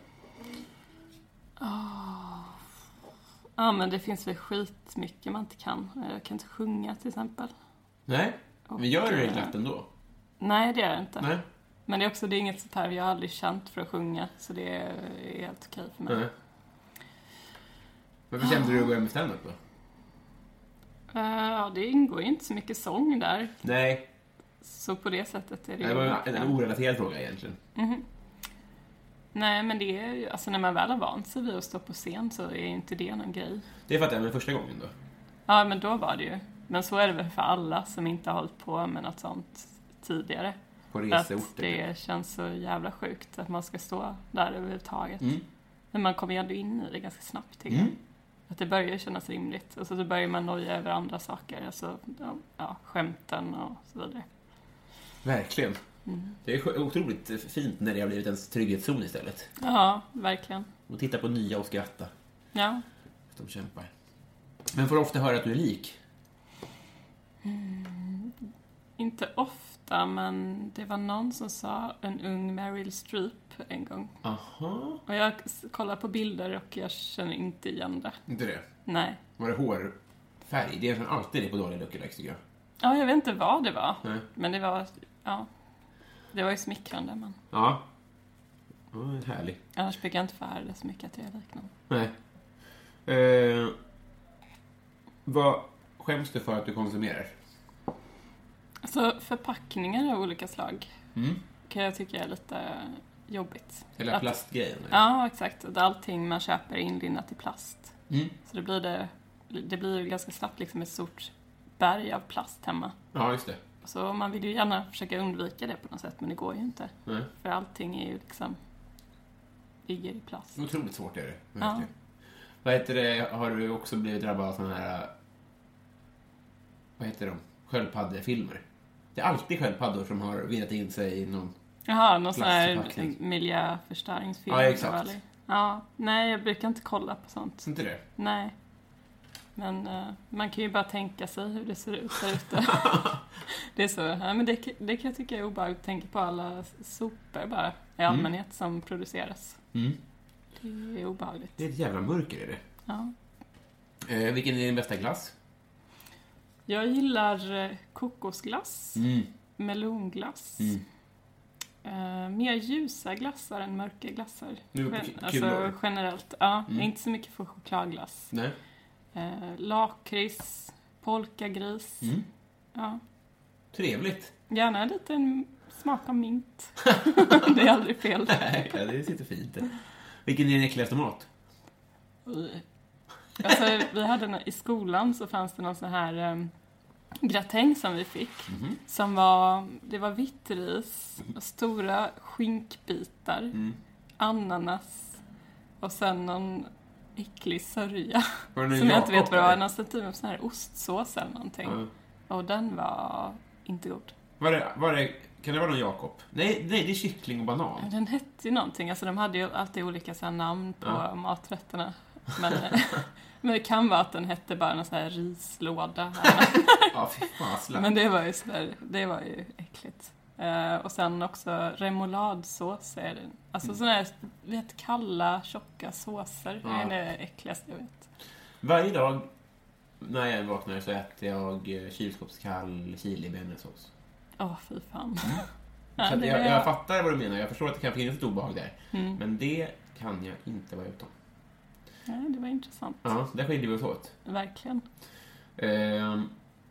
Ja, men det finns väl skitmycket man inte kan. Jag kan inte sjunga till exempel. Nej, Och, men gör det eh, glatt ändå. Nej, det är det inte. Nej. Men det är också, det är inget sånt här, jag har aldrig känt för att sjunga. Så det är helt okej för mig. Nej. Varför kände du att gå hem med stand-up då? Eh, Ja, det ingår ju inte så mycket sång där. Nej, Så på det sättet är det det ju var en, verkligen- en orelaterad fråga egentligen. Mhm. Nej, men det är ju, alltså när man väl har vant sig vid att stå på scen så är ju inte det någon grej. Det fattar jag, men första gången då? Ja, men då var det ju. Men så är det väl för alla som inte har hållit på med något sånt tidigare. På Att reseorter. det känns så jävla sjukt att man ska stå där överhuvudtaget. Mm. Men man kommer ju ändå in i det ganska snabbt, tycker jag. Mm. Att det börjar ju kännas rimligt. Och så, så börjar man noja över andra saker. Alltså, ja, ja, skämten och så vidare. Verkligen. Mm. Det är sk- otroligt fint när det har blivit ens trygghetszon istället. Ja, verkligen. Och titta på nya och skratta. Ja. De kämpar. Men får du ofta höra att du är lik? Inte ofta, men det var någon som sa en ung Meryl Streep en gång. Aha. Och jag s- kollar på bilder och jag känner inte igen det. Inte det? Nej. Var det hårfärg? Det är nästan alltid det på dåliga lookalikes, tycker jag. Ja, jag vet inte vad det var. Nej. Men det var, ja. det var ju smickrande, men... Ja. Ja, härlig. Annars brukar jag inte föra det så mycket att jag är liknande. Nej. Eh, vad skäms du för att du konsumerar? Alltså, förpackningar av olika slag Mm. kan jag tycka är lite jobbigt. Eller att, plastgrejen? Eller? Ja, exakt. Att allting man köper är inlindat i plast. Mm. Så det blir det, det blir ganska snabbt liksom ett stort berg av plast hemma. Ja, just det. Så man vill ju gärna försöka undvika det på något sätt, men det går ju inte. Nej. För allting är ju liksom ligger i plast. Otroligt svårt är det. Ja. Vad heter det? Har du också blivit drabbad av sådana här... Vad heter de? Sköldpaddefilmer. Det är alltid sköldpaddor som har virat in sig i någon... Jaha, någon sån här plastförpackning. miljöförstöringsfilm. Ja, exakt. Eller? Ja, nej, jag brukar inte kolla på sånt. Inte det? Nej. Men uh, man kan ju bara tänka sig hur det ser ut där ute. Det är så, ja, men det, det kan jag tycka är obehagligt. Tänka på alla sopor bara i allmänhet mm. som produceras. Mm. Det är obehagligt. Det är ett jävla mörker är det. Ja. Eh, vilken är din bästa glass? Jag gillar kokosglass, Mm. melonglass. Mm. Uh, mer ljusa glassar än mörka glassar. Nu, Gen- kul alltså år. generellt. Ja, Mm. inte så mycket för chokladglass. Nej. Uh, lakrits, polkagris. Mm. Ja. Trevligt. Gärna lite en smak av mint. Det är aldrig fel. Nej, ja, det sitter fint. Vilken är din äckligaste mat? Alltså, vi hade en, i skolan så fanns det någon sån här um, gratäng som vi fick. Mm-hmm. Som var, det var vitt ris, stora skinkbitar, Mm. ananas och sen någon äcklig sörja. Var det någon Som jag inte vet Jakob, vad det var. eller? Någon typ av sån här ostsås eller någonting. Ja. Och den var inte god. Var det, var det, kan det vara någon Jakob? Nej, nej, det är kyckling och banan. Den hette ju någonting. Alltså de hade ju alltid olika så här namn på Ja. maträtterna. Men, men det kan vara att den hette bara någon sån här rislåda. Ja, fy fan. Men det var ju sådär, det var ju äckligt. Uh, och sen också remouladsås är det. Alltså mm. sådana här, vet, kalla, tjocka såser. Ja. Det är det äckligaste jag vet. Varje dag när jag vaknar så äter jag kylskåpskall chili bearnaisesås. Åh, oh, fy fan. Mm. Ja, Så det jag, är- jag fattar vad du menar. Jag förstår att det kan finnas ett obehag där. Mm. Men det kan jag inte vara utan. Ja, det var intressant. Ja, där skiljer vi oss åt. Verkligen. Ehm,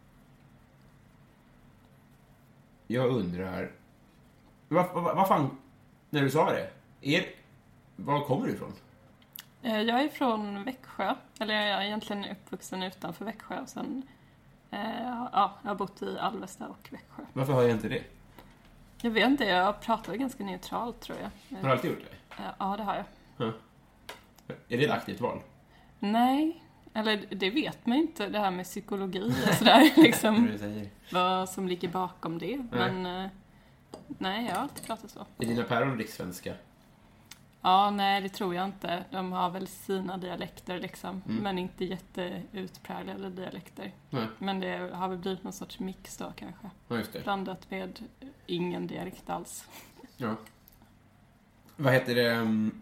jag undrar... Vad, vad, vad fan... När du sa det. Är, var kommer du ifrån? Eh, Jag är från Växjö. Eller jag är egentligen uppvuxen utanför Växjö. Och sen, eh, ja, jag har bott i Alvesta och Växjö. Varför har jag inte det? Jag vet inte, jag pratar ganska neutralt tror jag. Har du alltid gjort det? Eh, Ja, det har jag. Ja. Är det ett aktivt val? Nej, eller det vet man ju inte, det här med psykologi och sådär, liksom, du säger. vad som ligger bakom det. Men eh, nej, jag har alltid pratat så. Är dina päron rikssvenska? Ja, nej, det tror jag inte. De har väl sina dialekter liksom, Mm. men inte jätteutpräglade dialekter. Nej. Men det har väl blivit någon sorts mix då kanske. Ja, just det. Blandat med ingen dialekt alls. Ja. Vad heter det? um,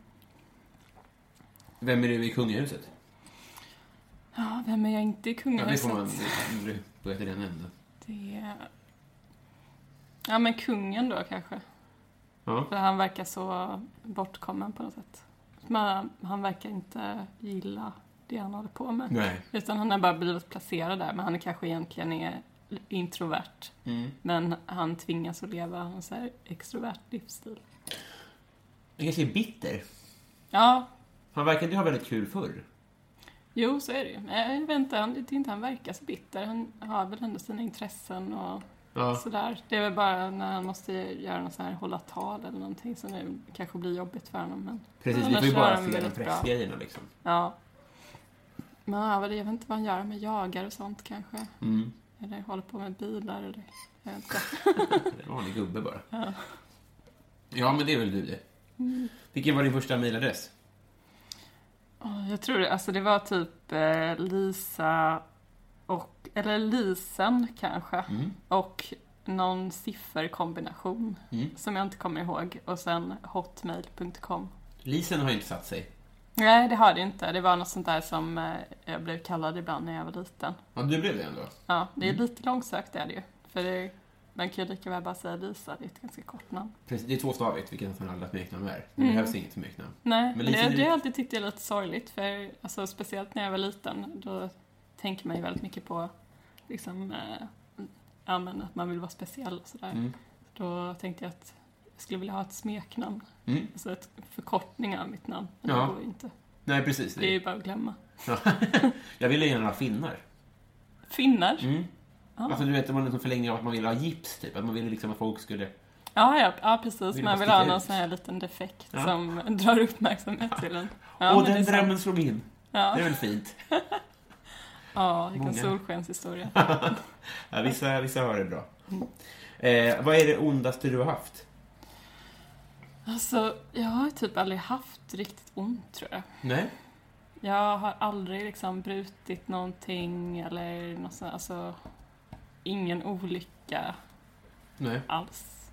Vem är du i kungahuset? Ja, vem är jag inte i Ja, det kungahuset? får man börja till den änden. Det är... Ja, men kungen då kanske. Ja. För han verkar så bortkommen på något sätt. Men han verkar inte gilla det han håller på med. Nej. Utan han har bara blivit placerad där. Men han kanske egentligen är introvert. Mm. Men han tvingas att leva en så här extrovert livsstil. Jag kanske är bitter. Ja, Han verkar inte ha väldigt kul förr. jo så är det ju. Men jag vet inte, han, det är inte han verkar så bitter. Han har väl ändå sina intressen och Ja. sådär. Det är väl bara när han måste göra något så här, hålla tal eller någonting som det kanske blir jobbigt för honom. Men Precis, vi annars får ju är bara han se de väldigt bra. pressgrejerna liksom. Ja. Men ja, väl, jag vet inte vad han gör med jagar och sånt kanske. Mm. Eller håller på med bilar eller jag vet inte. Det är en vanlig gubbe bara. Ja. Ja, men det är väl du det. Mm. Vilken var din första mailadress? Åh, jag tror det, alltså det var typ eh, Lisa och, eller Lisen kanske. Mm. Och någon sifferkombination Mm. som jag inte kommer ihåg. Och sen hotmail punkt com. Lisen har ju inte satt sig. Nej, det har det inte. Det var något sånt där som eh, jag blev kallad ibland när jag var liten. Ja, du blev det ändå. Ja, det är Mm. lite långsökt är det ju. För det, man kan ju lika väl bara säga Lisa, det är ett ganska kort namn. Precis, det är tvåstavigt, vilket nästan alla smeknamn är. Det Mm. behövs inget smeknamn. Nej, Men men Lisa, det, det- det har jag alltid tyckt är lite sorgligt. För alltså, speciellt när jag var liten, då tänker man ju väldigt mycket på liksom, eh, ja, men att man vill vara speciell och sådär. Mm. Då tänkte jag att jag skulle vilja ha ett smeknamn. Mm. Alltså ett förkortning av mitt namn. Men Ja. det går ju inte. Nej, precis. Det är ju bara att glömma. Ja. Jag ville gärna ha finnar. Finnar? Mm. Ja. Alltså du vet, det var en förlängning av att man ville ha gips typ. Att man ville liksom att folk skulle... Ja, ja, ja, precis. Vill Man bara vill ha sticka någon ut. sån här liten defekt Ja. som drar uppmärksamhet till en. Ja, och men det den är sant. drömmen slog in. Ja, Det är väl fint. ja vilken Många. solskenshistoria. Ja, vissa, vissa har det bra. Eh, vad är det ondaste du har haft? Alltså, jag har typ aldrig haft riktigt ont, tror jag. Nej? Jag har aldrig liksom brutit någonting eller något sånt, alltså ingen olycka Nej. alls.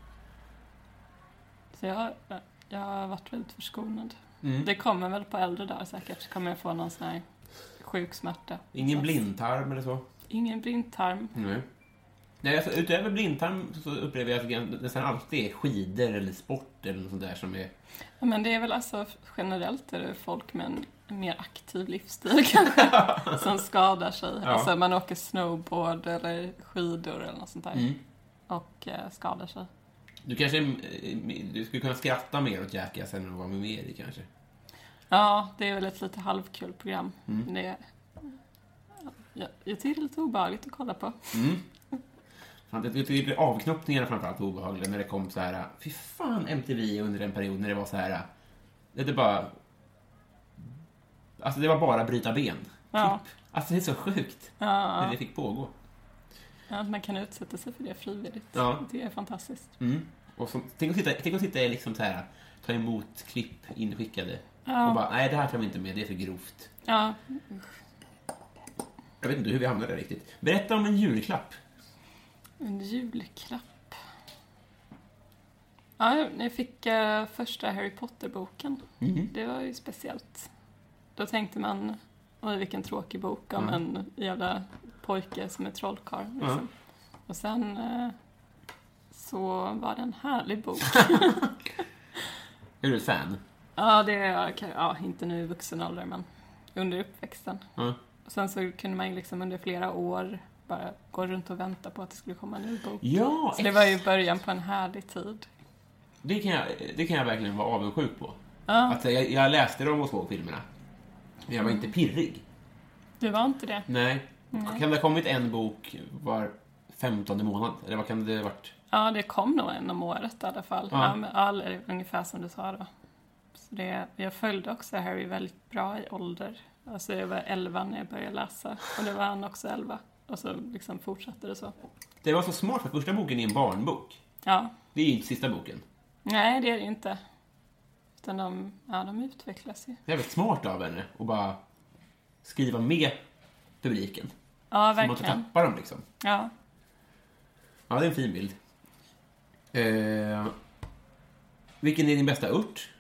Så jag, jag har varit väldigt förskonad. Mm. Det kommer väl på äldre dagar säkert. Kommer jag få någon sån här sjuk smärta. Ingen Så- blindtarm eller så? Ingen blindtarm. Nej. Nej, alltså, utöver blindtarm så upplever jag att det nästan alltid är skidor eller sport eller något sånt där som är... Ja, men det är väl alltså generellt är det folk med en mer aktiv livsstil kanske som skadar sig. Ja. Alltså man åker snowboard eller skidor eller något sånt där Mm. och eh, skadar sig. Du kanske eh, du skulle kunna skratta mer åt Jackass än att vara med i kanske. Ja, det är väl ett lite halvkul program. Mm. Det, jag, jag tycker det är lite obehagligt att kolla på. Mm. Fan, jag tycker avknoppningarna framförallt var obehagliga när det kom så här. Fy fan, M T V under en period när det var så här. Det är bara... Alltså det var bara bryta ben. Ja. Typ. Alltså det är så sjukt Ja, när det fick pågå. ja, att man kan utsätta sig för det frivilligt. Ja. Det är fantastiskt. Mm. Och så, tänk att sitta, tänk att sitta liksom så här, ta emot klipp inskickade. Ja. Och bara, nej det här tar vi inte med, det är för grovt. Ja, Jag vet inte hur vi hamnade där riktigt. Berätta om en julklapp. en julklapp. Ja, jag fick uh, första Harry Potter-boken. Mm. Det var ju speciellt. Då tänkte man, oj vilken tråkig bok om Ja. en jävla pojke som är trollkarl. Liksom. Och sen eh, så var det en härlig bok. Är du ett fan? Ja, det är ja, inte nu i vuxen ålder, men under uppväxten. Ja. Och sen så kunde man ju liksom under flera år bara gå runt och vänta på att det skulle komma en ny bok. Ja, Så det var ju början på en härlig tid. det kan jag, det kan jag verkligen vara avundsjuk på. Ja, Att jag, jag läste dem och såg filmerna. Men jag var inte pirrig. du var inte det? Nej. Nej. Kan det ha kommit en bok var femtonde månad? Eller vad kan det ha varit? Ja, det kom nog en om året i alla fall. Ja. Ja, men all, ungefär som du sa då. Så det, jag följde också Harry väldigt bra i ålder. Alltså jag var elva när jag började läsa. Och det var han också elva. Och så liksom fortsatte det så. Det var så smart för första boken är en barnbok. Ja, Det är ju inte sista boken. nej det är det inte. Utan de, ja, de utvecklas ju. Det är väldigt smart av henne att bara skriva med publiken. Ja, Så man inte verkligen. tappar dem liksom. Ja. Ja, det är en fin bild. Eh, vilken är din bästa ört?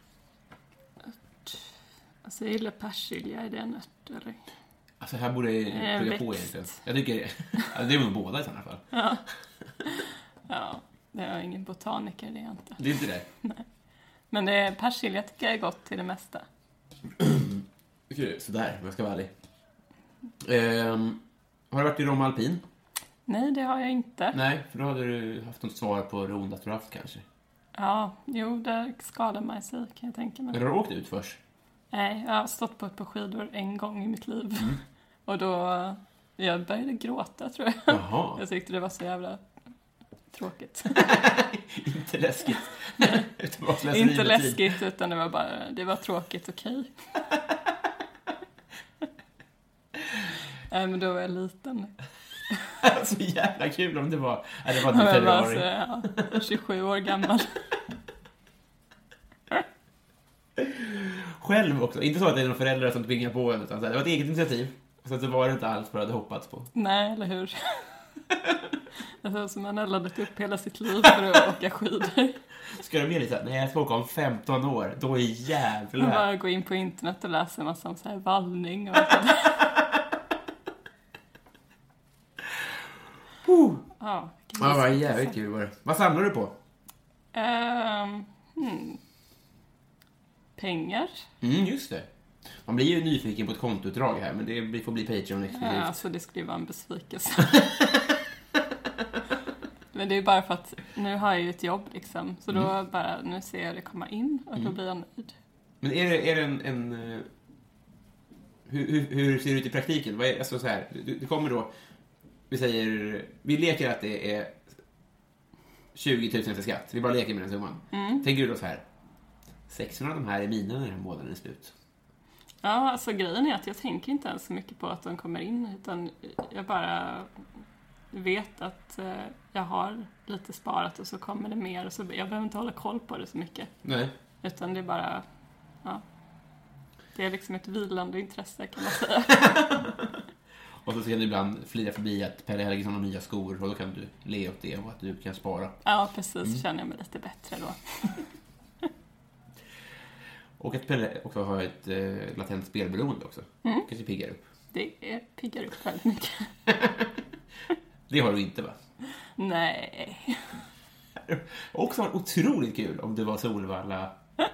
Alltså jag gillar persilja, är det en ört eller? Alltså här borde jag Eh, plugga på växt. egentligen. Jag tycker det. Alltså, det är nog båda i sådana fall. Ja. Ja, det är ingen botaniker, det är jag inte. Det är inte det. Men det är, persilja tycker jag är gott till det mesta. Okej, sådär, om jag ska vara ärlig. Ehm, har du varit i Rom Alpin? Nej, det har jag inte. Nej, för då hade du haft något svar på det ondaste du haft kanske. Ja, jo, där skadar man sig kan jag tänka mig. Eller har du åkt ut först? Nej, jag har stått på ett par skidor en gång i mitt liv. Mm. Och då, jag började gråta tror jag. Jaha, Jag tyckte det var så jävla tråkigt. inte läskigt. Utan bara slöseri Inte med läskigt, utan det var bara, det var tråkigt, okej. Nej, men då var jag liten. tid. Så jävla kul om det var... Nej, det var Jag inte var februari. så, ja, tjugosju år gammal. Själv också. Inte så att det är några föräldrar som tvingar på en, utan så här, det var ett eget initiativ. Så, så var det inte alls vad jag hade hoppats på. Nej, eller hur? Alltså, som man har laddat upp hela sitt liv för att åka skidor. Ska det bli lite så här, nej jag ska åka om femton år, då är Man jävlar. bara går in på internet och läser en massa om så här vallning och allt det där. Uh, Ja, ja. Ja, vad jävligt kul var det. Vad samlar du på? Um, hmm. Pengar. Mm, just det. Man blir ju nyfiken på ett kontoutdrag här, men det får bli Patreon-exklusivt. Ja, alltså det skulle vara en besvikelse. Men det är bara för att nu har jag ju ett jobb liksom. Så då mm. bara, nu ser jag det komma in och mm. då blir jag nöjd. Men är det, är det en... en hur, hur, hur ser det ut i praktiken? Vad är, alltså så här, det, det kommer då... Vi säger... Vi leker att det är tjugo tusen efter skatt. Vi bara leker med den summan. Mm. Tänker du då så här... sexhundra av de här är mina när den här månaden är slut. Ja, alltså grejen är att jag tänker inte ens så mycket på att de kommer in. Utan jag bara... vet att eh, jag har lite sparat och så kommer det mer och så jag behöver inte hålla koll på det så mycket. Nej. Utan det är bara ja, det är liksom ett vilande intresse kan man säga. Och så kan du ibland flyga förbi att Pelle Helgesson har nya skor och då kan du le åt det och att du kan spara. Ja, precis. Mm. Känner jag mig lite bättre då. Och att Pelle också har ett eh, latent spelberoende också. Mm. Kanske piggar upp. Det är piggar upp väldigt mycket. Det har du inte, va? Nej. Också var otroligt kul om det var Solvalla.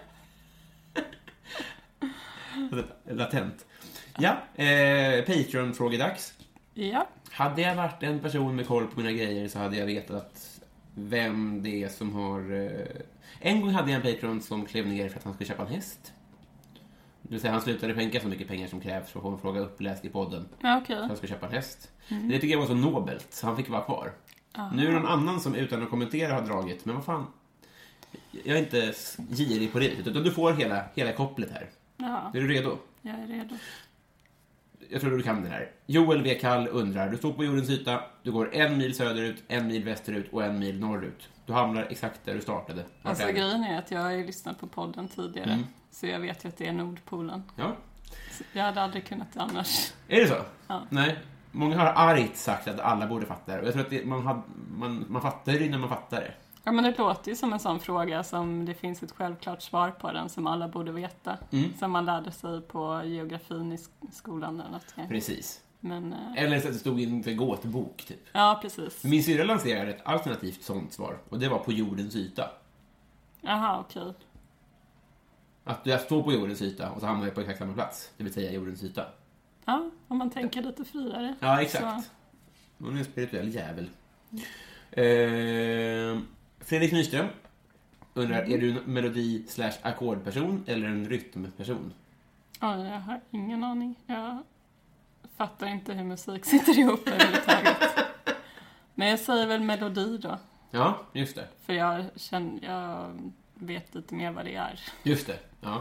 Latent. Ja, eh, Patreon-frågedags. Ja. Hade jag varit en person med koll på mina grejer så hade jag vetat vem det är som har... Eh... En gång hade jag en Patreon som klev ner för att han skulle köpa en häst. Det vill säga, han slutade skänka så mycket pengar som krävs för att få en fråga uppläst i podden. Ja, okej. Så han skulle köpa en häst. Mm. Det tycker jag var så nobelt, så han fick vara kvar. Aha. Nu är det någon annan som utan att kommentera har dragit. Men vad fan, jag är inte girig på det, utan du får hela, hela kopplet här. Ja. Är du redo? Jag är redo. Jag tror du kan det här. Joel V. Kall undrar, du står på jordens yta, du går en mil söderut, en mil västerut och en mil norrut. Du hamnar exakt där du startade. Vart alltså grejen är att jag har ju lyssnat på podden tidigare. Mm. Så jag vet ju att det är Nordpolen. Ja. Jag hade aldrig kunnat det annars. Är det så? Ja. Nej. Många har argt sagt att alla borde fatta det. Och jag tror att det, man, had, man, man fattar det när man fattar det. Ja, men det låter ju som en sån fråga som det finns ett självklart svar på den som alla borde veta. Mm. Som man lärde sig på geografin i skolan eller något. Precis. Men, äh... eller så att det stod i en gåtbok typ. Ja, precis. Min syrra lanserade ett alternativt sånt svar. Och det var på jordens yta. Jaha, okej. Okay. Att du står på jordens yta och så hamnar du på exakt samma plats. Det vill säga jordens yta. Ja, om man tänker lite friare. Ja, exakt. Hon är en spirituell jävel. Mm. Eh, Fredrik Nyström undrar, mm. är du en melodi slash ackordperson eller en rytmperson? Ja, jag har ingen aning. Jag fattar inte hur musik sitter ihop överhuvudtaget. Men jag säger väl melodi då. Ja, just det. För jag känner... Jag vet lite mer vad det är. Just det, ja.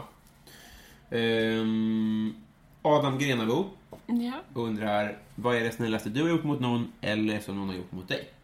Um, Adam Grenabo ja. undrar, vad är det snällaste du har gjort mot någon eller som någon har gjort mot dig?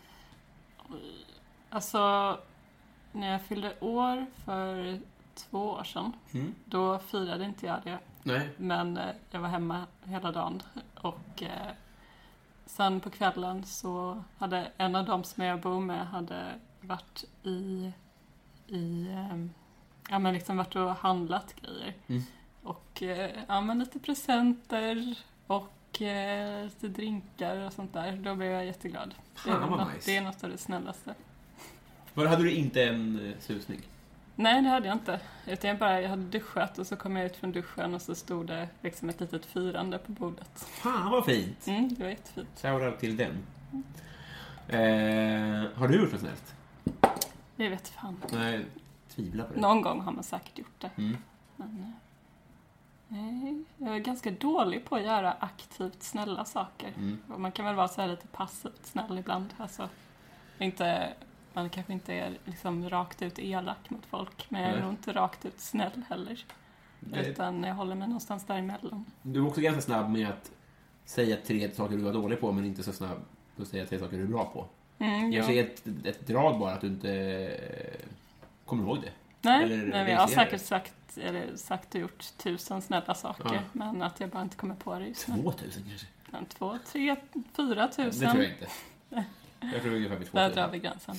Alltså, när jag fyllde år för två år sedan, mm. då firade inte jag det. Nej. Men eh, jag var hemma hela dagen. Och eh, sen på kvällen så hade en av dem som jag bor med hade varit i... i ja men liksom varit och handlat grejer mm. och ja men lite presenter och eh, lite drinkar och sånt där. Då blev jag jätteglad. Det är, något, nice. Det är något av det snällaste. Var hade du inte en susning? Nej, det hade jag inte. Utan jag bara jag hade duschat och så kom jag ut från duschen och så stod det liksom ett litet firande på bordet. Fan vad fint. Mm, det var jättefint. Shoutout till den. Mm. Eh, har du gjort något snällt? Jag vet fan. Nej, tvivla på det. Någon gång har man säkert gjort det. Mm. Men nej, jag är ganska dålig på att göra aktivt snälla saker. Mm. Och man kan väl vara så här lite passivt snäll ibland. Alltså, inte, man kanske inte är liksom rakt ut elak mot folk. Men jag är nog inte rakt ut snäll heller. Det... Utan jag håller mig någonstans däremellan. Du är också ganska snabb med att säga tre saker du var dålig på, men inte så snabb att säga tre saker du är bra på. Mm, jag ser ett, ett drag bara att du inte kommer ihåg det. Nej, eller, nej jag har säkert sagt, eller sagt och gjort tusen snälla saker. Ja. Men att jag bara inte kommer på det just nu. Två tusen kanske? Ja, två, tre, fyra tusen. Det tror jag inte. Jag tror ungefär vid två tusen. Där drar vi gränsen.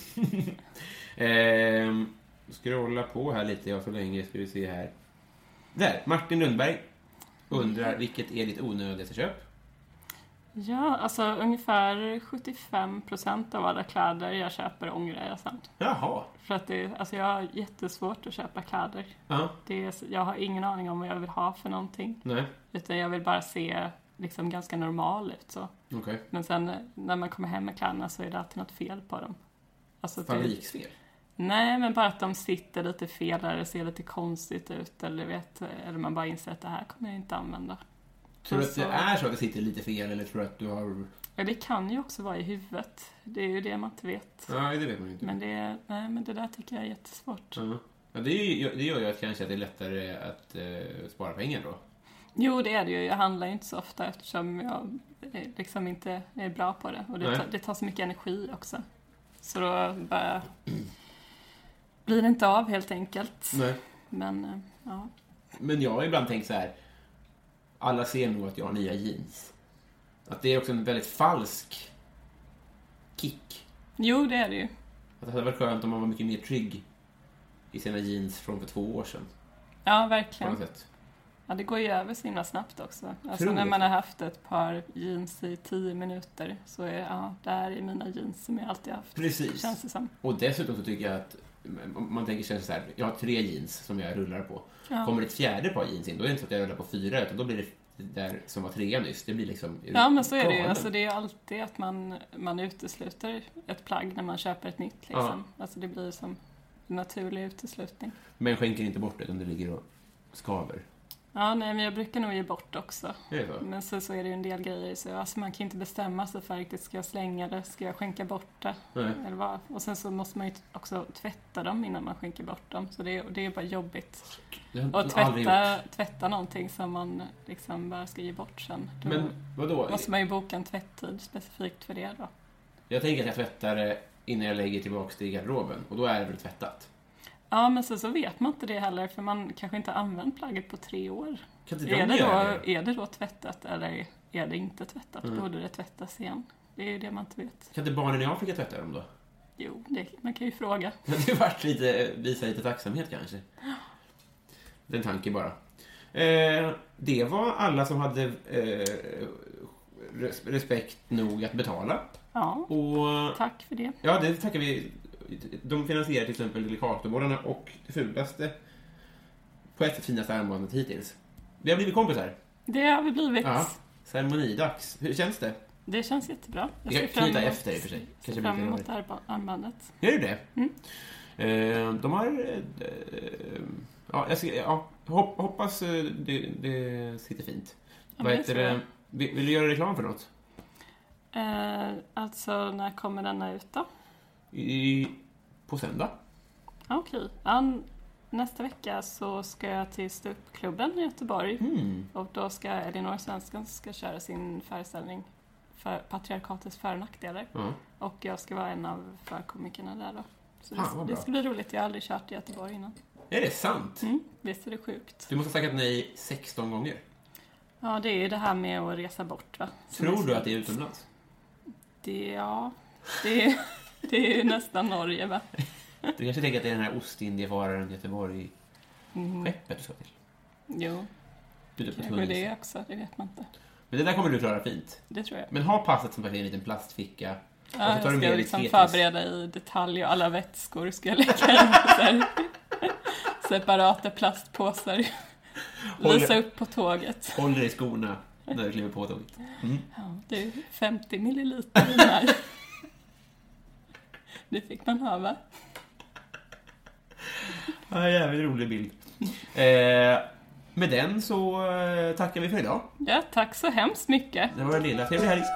ehm, scrolla på här lite, ja, så länge ska vi se här. Där, Martin Lundberg undrar, mm. vilket är ditt onödigaste köp? Ja, alltså ungefär sjuttiofem procent av alla kläder jag köper ångrar jag sen. Jaha. För att det, alltså jag har jättesvårt att köpa kläder. Ja. Det är, jag har ingen aning om vad jag vill ha för någonting. Nej. Utan jag vill bara se liksom ganska normal ut så. Okay. Men sen när man kommer hem med kläderna så är det alltid något fel på dem. Alltså Fabriksfel? Det, nej, men bara att de sitter lite fel eller ser lite konstigt ut. Eller, vet, eller man bara inser att det här kommer jag inte använda. Tror du att det är så att det sitter lite fel eller tror du att du har... Ja, det kan ju också vara i huvudet. Det är ju det man inte vet. Ja, det vet man inte. Men det, nej, men det där tycker jag är jättesvårt. Ja. Ja, det, är ju, det gör ju att kanske att det är lättare att eh, spara pengar då. Jo, det är det ju. Jag handlar ju inte så ofta eftersom jag liksom inte är bra på det. Och det, tar, det tar så mycket energi också. Så då bara blir det inte av helt enkelt. Nej. Men, ja. Men jag har ibland tänkt så här. Alla ser nog att jag har nya jeans. Att det är också en väldigt falsk kick. Jo, det är det ju. Att det hade varit skönt om man var mycket mer trygg i sina jeans från för två år sedan. Ja, verkligen. På något sätt. Ja, det går ju över så himla snabbt också. Alltså när man har haft ett par jeans i tio minuter så är ja, det här är mina jeans som jag alltid haft. Precis. Känns det som. Och dessutom så tycker jag att om man tänker sig så här, jag har tre jeans som jag rullar på. Ja. Kommer ett fjärde par jeans in, då är det inte så att jag rullar på fyra, utan då blir det där som var trea nyss. Det blir liksom... Ja, men så är det ju. Alltså, det är ju alltid att man, man utesluter ett plagg när man köper ett nytt. Liksom. Ja. Alltså det blir som en naturlig uteslutning. Men skänker inte bort det om det ligger och skaver. Ja, nej, men jag brukar nog ge bort också. Det är så. Men så, så är det ju en del grejer. Så alltså, man kan inte bestämma sig för riktigt, ska jag slänga det, ska jag skänka bort det? Nej. Eller vad? Och sen så måste man ju också tvätta dem innan man skänker bort dem. Så det är, det är bara jobbigt. Och tvätta, tvätta någonting som man liksom bara ska ge bort sen. Då men vadå? Måste man ju boka en tvätttid specifikt för det då. Jag tänker att jag tvättar det innan jag lägger tillbaka det i garderoben. Och då är det väl tvättat? Ja, men så, så vet man inte det heller. För man kanske inte har använt plagget på tre år. Kan inte är, de det göra då, det? är det då tvättat eller är det inte tvättat? Mm. Borde det tvättas igen? Det är ju det man inte vet. Kan inte barnen i Afrika tvätta dem då? Jo, det, man kan ju fråga. Det har varit lite, visa lite tacksamhet kanske. Den tanken bara. Eh, det var alla som hade eh, respekt nog att betala. Ja, och, tack för det. Ja, det tackar vi. De finansierar till exempel Delicatobollarna och det fulaste på ett finaste armbandet hittills. Vi har blivit kompisar. Det har vi blivit. Ja, ceremonidags. Hur känns det? Det känns jättebra. Jag ska knyta efter i och för sig. Jag ser fram emot det här armbandet. Gör du det? Mm. Eh, de har... Eh, ja, jag ska, ja, hoppas det, det sitter fint. Ja, Vad heter det? Vill, vill du göra reklam för något? Eh, alltså, när kommer denna ut då? I, på söndag. Okej. Okay. Ja, nästa vecka så ska jag till Ståuppklubben i Göteborg. Mm. Och då ska Elinor Svensson ska köra sin föreställning för patriarkatets för- och nackdelar. Mm. Och jag ska vara en av förkomikerna där då. Så Fan, det, det ska bli roligt. Jag har aldrig kört i Göteborg innan. Är det sant? Mm, visst är det sjukt. Du måste ha sagt nej sexton gånger. Ja, det är ju det här med att resa bort, va? Tror du att det är utomlands? Det, ja, det är, det är ju nästan Norge, va? Du kanske tänker att det är den här Ostindiefararen Göteborg Mm. skeppet du ska till? Jo, Du kanske det också, det vet man inte. Men det där kommer du klara fint. Det tror jag. Men ha passet som i en liten plastficka. Ja, och så tar jag du ska med liksom ditt förbereda i detalj och alla vätskor ska jag lägga in så här. Separata plastpåsar. Lysa upp på tåget. Håll dig i skorna när du kliver på tåget. Mm. Ja, det är femtio milliliter i den här. Det fick man ha, va? Ja, jävligt rolig bild. Eh, med den så eh, tackar vi för idag. Ja, tack så hemskt mycket. Det var det lilla. Trevlig helg.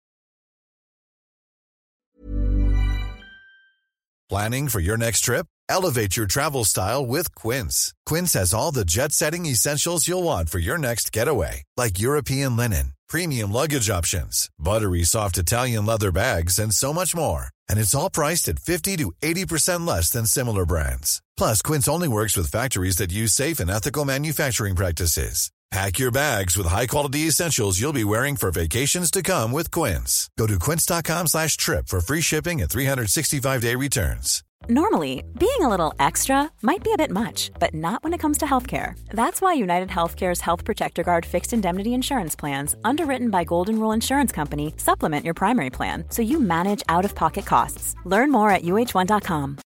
Planning for your next trip? Elevate your travel style with Quince. Quince has all the jet-setting essentials you'll want for your next getaway, like European linen, premium luggage options, buttery soft Italian leather bags, and so much more. And it's all priced at fifty to eighty percent less than similar brands. Plus, Quince only works with factories that use safe and ethical manufacturing practices. Pack your bags with high-quality essentials you'll be wearing for vacations to come with Quince. Go to quince.com slash trip for free shipping and three sixty-five day returns. Normally, being a little extra might be a bit much, but not when it comes to healthcare. That's why United Healthcare's Health Protector Guard fixed indemnity insurance plans, underwritten by Golden Rule Insurance Company, supplement your primary plan so you manage out-of-pocket costs. Learn more at U H one dot com.